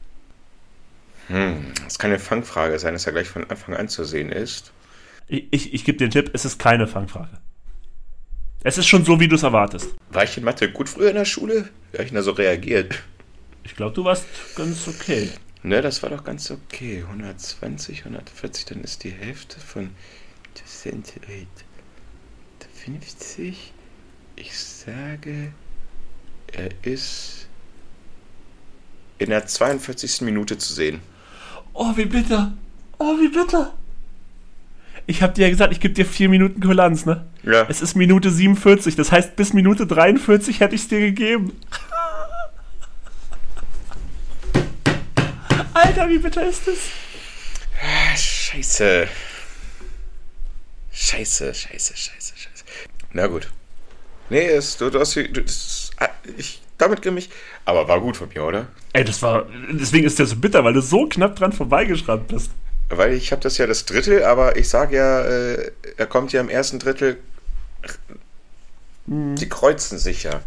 Das kann eine Fangfrage sein, dass er gleich von Anfang an zu sehen ist. Ich gebe dir den Tipp, es ist keine Fangfrage. Es ist schon so, wie du es erwartest. War ich in Mathe gut früher in der Schule? Wie habe ich da so reagiert? Ich glaube, du warst ganz okay. Ne, das war doch ganz okay. 120, 140, dann ist die Hälfte von 50. Ich sage, er ist in der 42. Minute zu sehen. Oh, wie bitter. Ich habe dir ja gesagt, ich gebe dir 4 Minuten Kulanz, ne? Ja. Es ist Minute 47, das heißt, bis Minute 43 hätte ich es dir gegeben. Alter, wie bitter ist das? Scheiße. Na gut. Nee, damit grimmig. Aber war gut von mir, oder? Ey, deswegen ist der so bitter, weil du so knapp dran vorbeigeschrammt bist. Weil ich habe das ja das Drittel, aber ich sage ja, er kommt ja im ersten Drittel. Die kreuzen sich ja.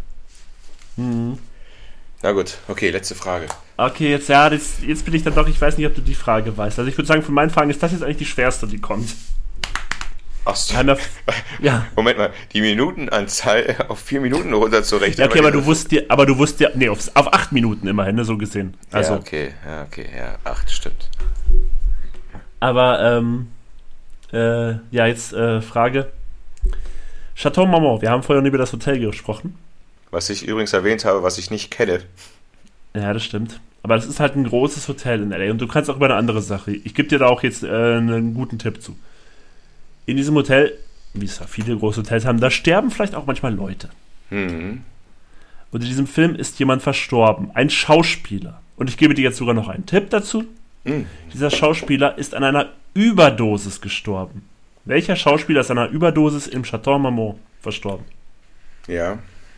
Na gut, okay, letzte Frage. Okay, jetzt bin ich dann doch, ich weiß nicht, ob du die Frage weißt. Also ich würde sagen, von meinen Fragen ist das jetzt eigentlich die schwerste, die kommt. Ach so. Ja. Moment mal, die Minutenanzahl auf 4 Minuten runterzurechnen. Ja, okay, aber du wusstest ja, nee, auf 8 Minuten immerhin, ne, so gesehen. Also, ja, 8 stimmt. Aber, jetzt Frage. Chateau Marmont, wir haben vorhin über das Hotel gesprochen. Was ich übrigens erwähnt habe, was ich nicht kenne. Ja, das stimmt. Aber das ist halt ein großes Hotel in L.A. und du kannst auch über eine andere Sache. Ich gebe dir da auch jetzt einen guten Tipp zu. In diesem Hotel, wie es ja viele große Hotels haben, da sterben vielleicht auch manchmal Leute. Und in diesem Film ist jemand verstorben. Ein Schauspieler. Und ich gebe dir jetzt sogar noch einen Tipp dazu. Dieser Schauspieler ist an einer Überdosis gestorben. Welcher Schauspieler ist an einer Überdosis im Chateau Marmont verstorben? Ja.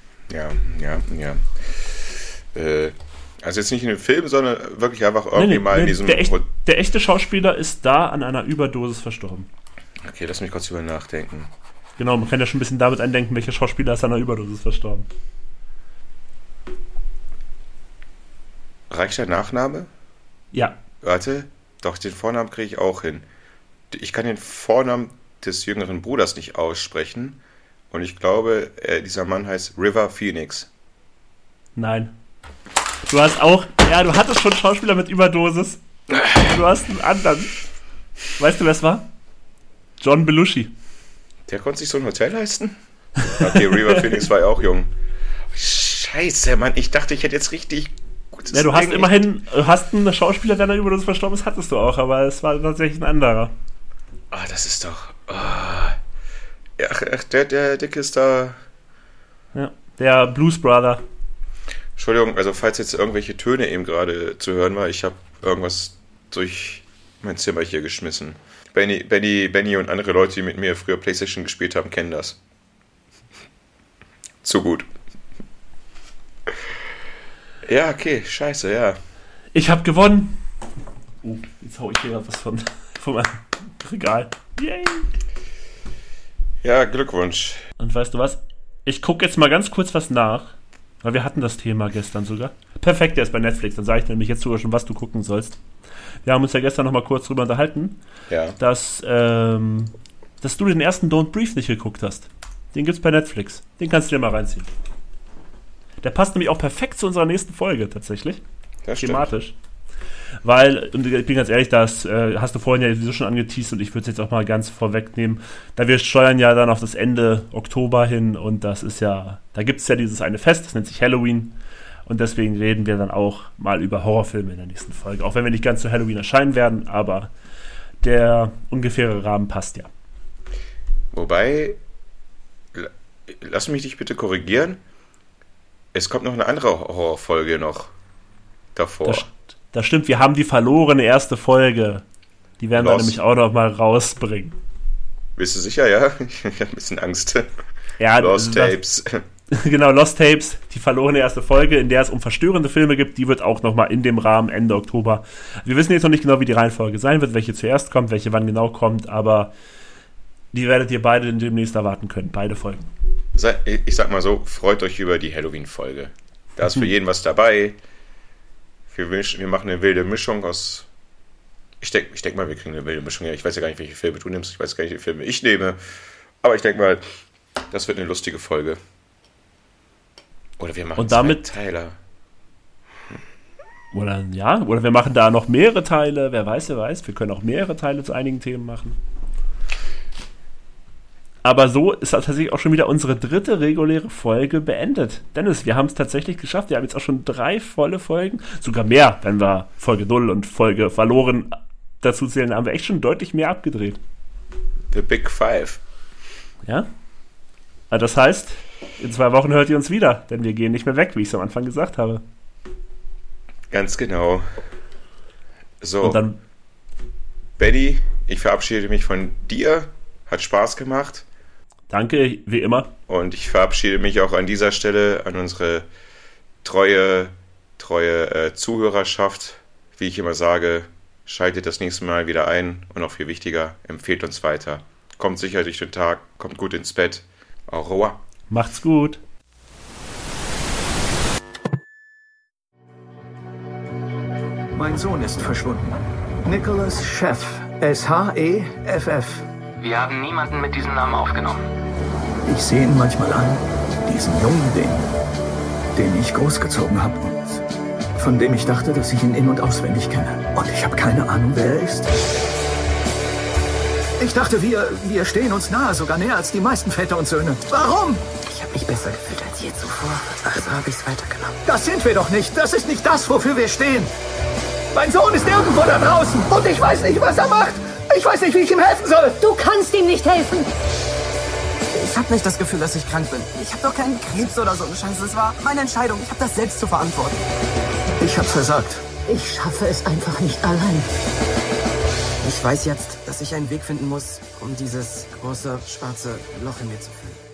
Also jetzt nicht in dem Film, sondern wirklich einfach irgendwie mal in diesem... Der echte Schauspieler ist da an einer Überdosis verstorben. Okay, lass mich kurz über nachdenken. Genau, man kann ja schon ein bisschen damit eindenken, welcher Schauspieler ist an einer Überdosis verstorben. Reicht der Nachname? Ja. Warte, doch, den Vornamen kriege ich auch hin. Ich kann den Vornamen des jüngeren Bruders nicht aussprechen. Und ich glaube, dieser Mann heißt River Phoenix. Nein. Du hattest schon Schauspieler mit Überdosis. Du hast einen anderen. Weißt du, wer es war? John Belushi. Der konnte sich so ein Hotel leisten? Okay, River Phoenix war ja auch jung. Scheiße, Mann, ich dachte, ich hätte jetzt richtig gutes Ja, du hast einen Schauspieler, der an einer Überdosis verstorben ist, hattest du auch, aber es war tatsächlich ein anderer. Das ist doch... Ach, der Dicke ist da... Ja, der Blues Brother. Entschuldigung, also falls jetzt irgendwelche Töne eben gerade zu hören war, ich habe irgendwas durch mein Zimmer hier geschmissen. Benny und andere Leute, die mit mir früher PlayStation gespielt haben, kennen das. Zu gut. Ja, okay, scheiße, ja. Ich habe gewonnen. Jetzt hau ich hier gerade was von meinem Regal. Yay! Ja, Glückwunsch. Und weißt du was? Ich gucke jetzt mal ganz kurz was nach, weil wir hatten das Thema gestern sogar. Perfekt, der ist bei Netflix. Dann sage ich nämlich jetzt sogar schon, was du gucken sollst. Wir haben uns ja gestern noch mal kurz drüber unterhalten, dass du den ersten Don't Breathe nicht geguckt hast. Den gibt's bei Netflix. Den kannst du dir mal reinziehen. Der passt nämlich auch perfekt zu unserer nächsten Folge tatsächlich. Das stimmt. thematisch. Weil, und ich bin ganz ehrlich, das hast du vorhin ja sowieso schon angeteased und ich würde es jetzt auch mal ganz vorwegnehmen, da wir steuern ja dann auf das Ende Oktober hin und das ist ja, da gibt es ja dieses eine Fest, das nennt sich Halloween und deswegen reden wir dann auch mal über Horrorfilme in der nächsten Folge, auch wenn wir nicht ganz zu Halloween erscheinen werden, aber der ungefähre Rahmen passt ja. Wobei, lass mich dich bitte korrigieren, es kommt noch eine andere Horrorfolge noch davor. Das stimmt, wir haben die verlorene erste Folge. Die werden wir nämlich auch noch mal rausbringen. Bist du sicher, ja? Ich habe ein bisschen Angst. Ja, Lost Tapes. Genau, Lost Tapes, die verlorene erste Folge, in der es um verstörende Filme gibt, die wird auch noch mal in dem Rahmen Ende Oktober. Wir wissen jetzt noch nicht genau, wie die Reihenfolge sein wird, welche zuerst kommt, welche wann genau kommt, aber die werdet ihr beide demnächst erwarten können, beide Folgen. Ich sag mal so, freut euch über die Halloween-Folge. Da ist für jeden was dabei. Wir machen eine wilde Mischung aus. Ich denk mal, wir kriegen eine wilde Mischung. Ja, ich weiß ja gar nicht, welche Filme du nimmst. Ich weiß gar nicht, welche Filme ich nehme. Aber ich denke mal, das wird eine lustige Folge. Oder wir machen zwei Teile. Oder wir machen da noch mehrere Teile. Wer weiß. Wir können auch mehrere Teile zu einigen Themen machen. Aber so ist tatsächlich auch schon wieder unsere 3. reguläre Folge beendet. Dennis, wir haben es tatsächlich geschafft. Wir haben jetzt auch schon 3 volle Folgen. Sogar mehr, wenn wir Folge 0 und Folge verloren dazu zählen, haben wir echt schon deutlich mehr abgedreht. The Big Five. Ja? Also das heißt, in 2 Wochen hört ihr uns wieder, denn wir gehen nicht mehr weg, wie ich es am Anfang gesagt habe. Ganz genau. So, und dann, Betty, ich verabschiede mich von dir. Hat Spaß gemacht. Danke, wie immer. Und ich verabschiede mich auch an dieser Stelle an unsere treue Zuhörerschaft. Wie ich immer sage, schaltet das nächste Mal wieder ein und noch viel wichtiger, empfehlt uns weiter. Kommt sicher durch den Tag, kommt gut ins Bett. Au revoir. Macht's gut. Mein Sohn ist verschwunden. Nicholas Sheff. S-H-E-F-F. Wir haben niemanden mit diesem Namen aufgenommen. Ich sehe ihn manchmal an. Diesen Jungen, den ich großgezogen habe und von dem ich dachte, dass ich ihn in- und auswendig kenne. Und ich habe keine Ahnung, wer er ist. Ich dachte, wir stehen uns nahe, sogar näher als die meisten Väter und Söhne. Warum? Ich habe mich besser gefühlt als je zuvor, also habe ich es weitergenommen. Das sind wir doch nicht. Das ist nicht das, wofür wir stehen. Mein Sohn ist irgendwo da draußen und ich weiß nicht, was er macht. Ich weiß nicht, wie ich ihm helfen soll. Du kannst ihm nicht helfen. Ich habe nicht das Gefühl, dass ich krank bin. Ich habe doch keinen Krebs oder so eine Scheiße. Das war meine Entscheidung. Ich habe das selbst zu verantworten. Ich habe versagt. Ich schaffe es einfach nicht allein. Ich weiß jetzt, dass ich einen Weg finden muss, um dieses große, schwarze Loch in mir zu füllen.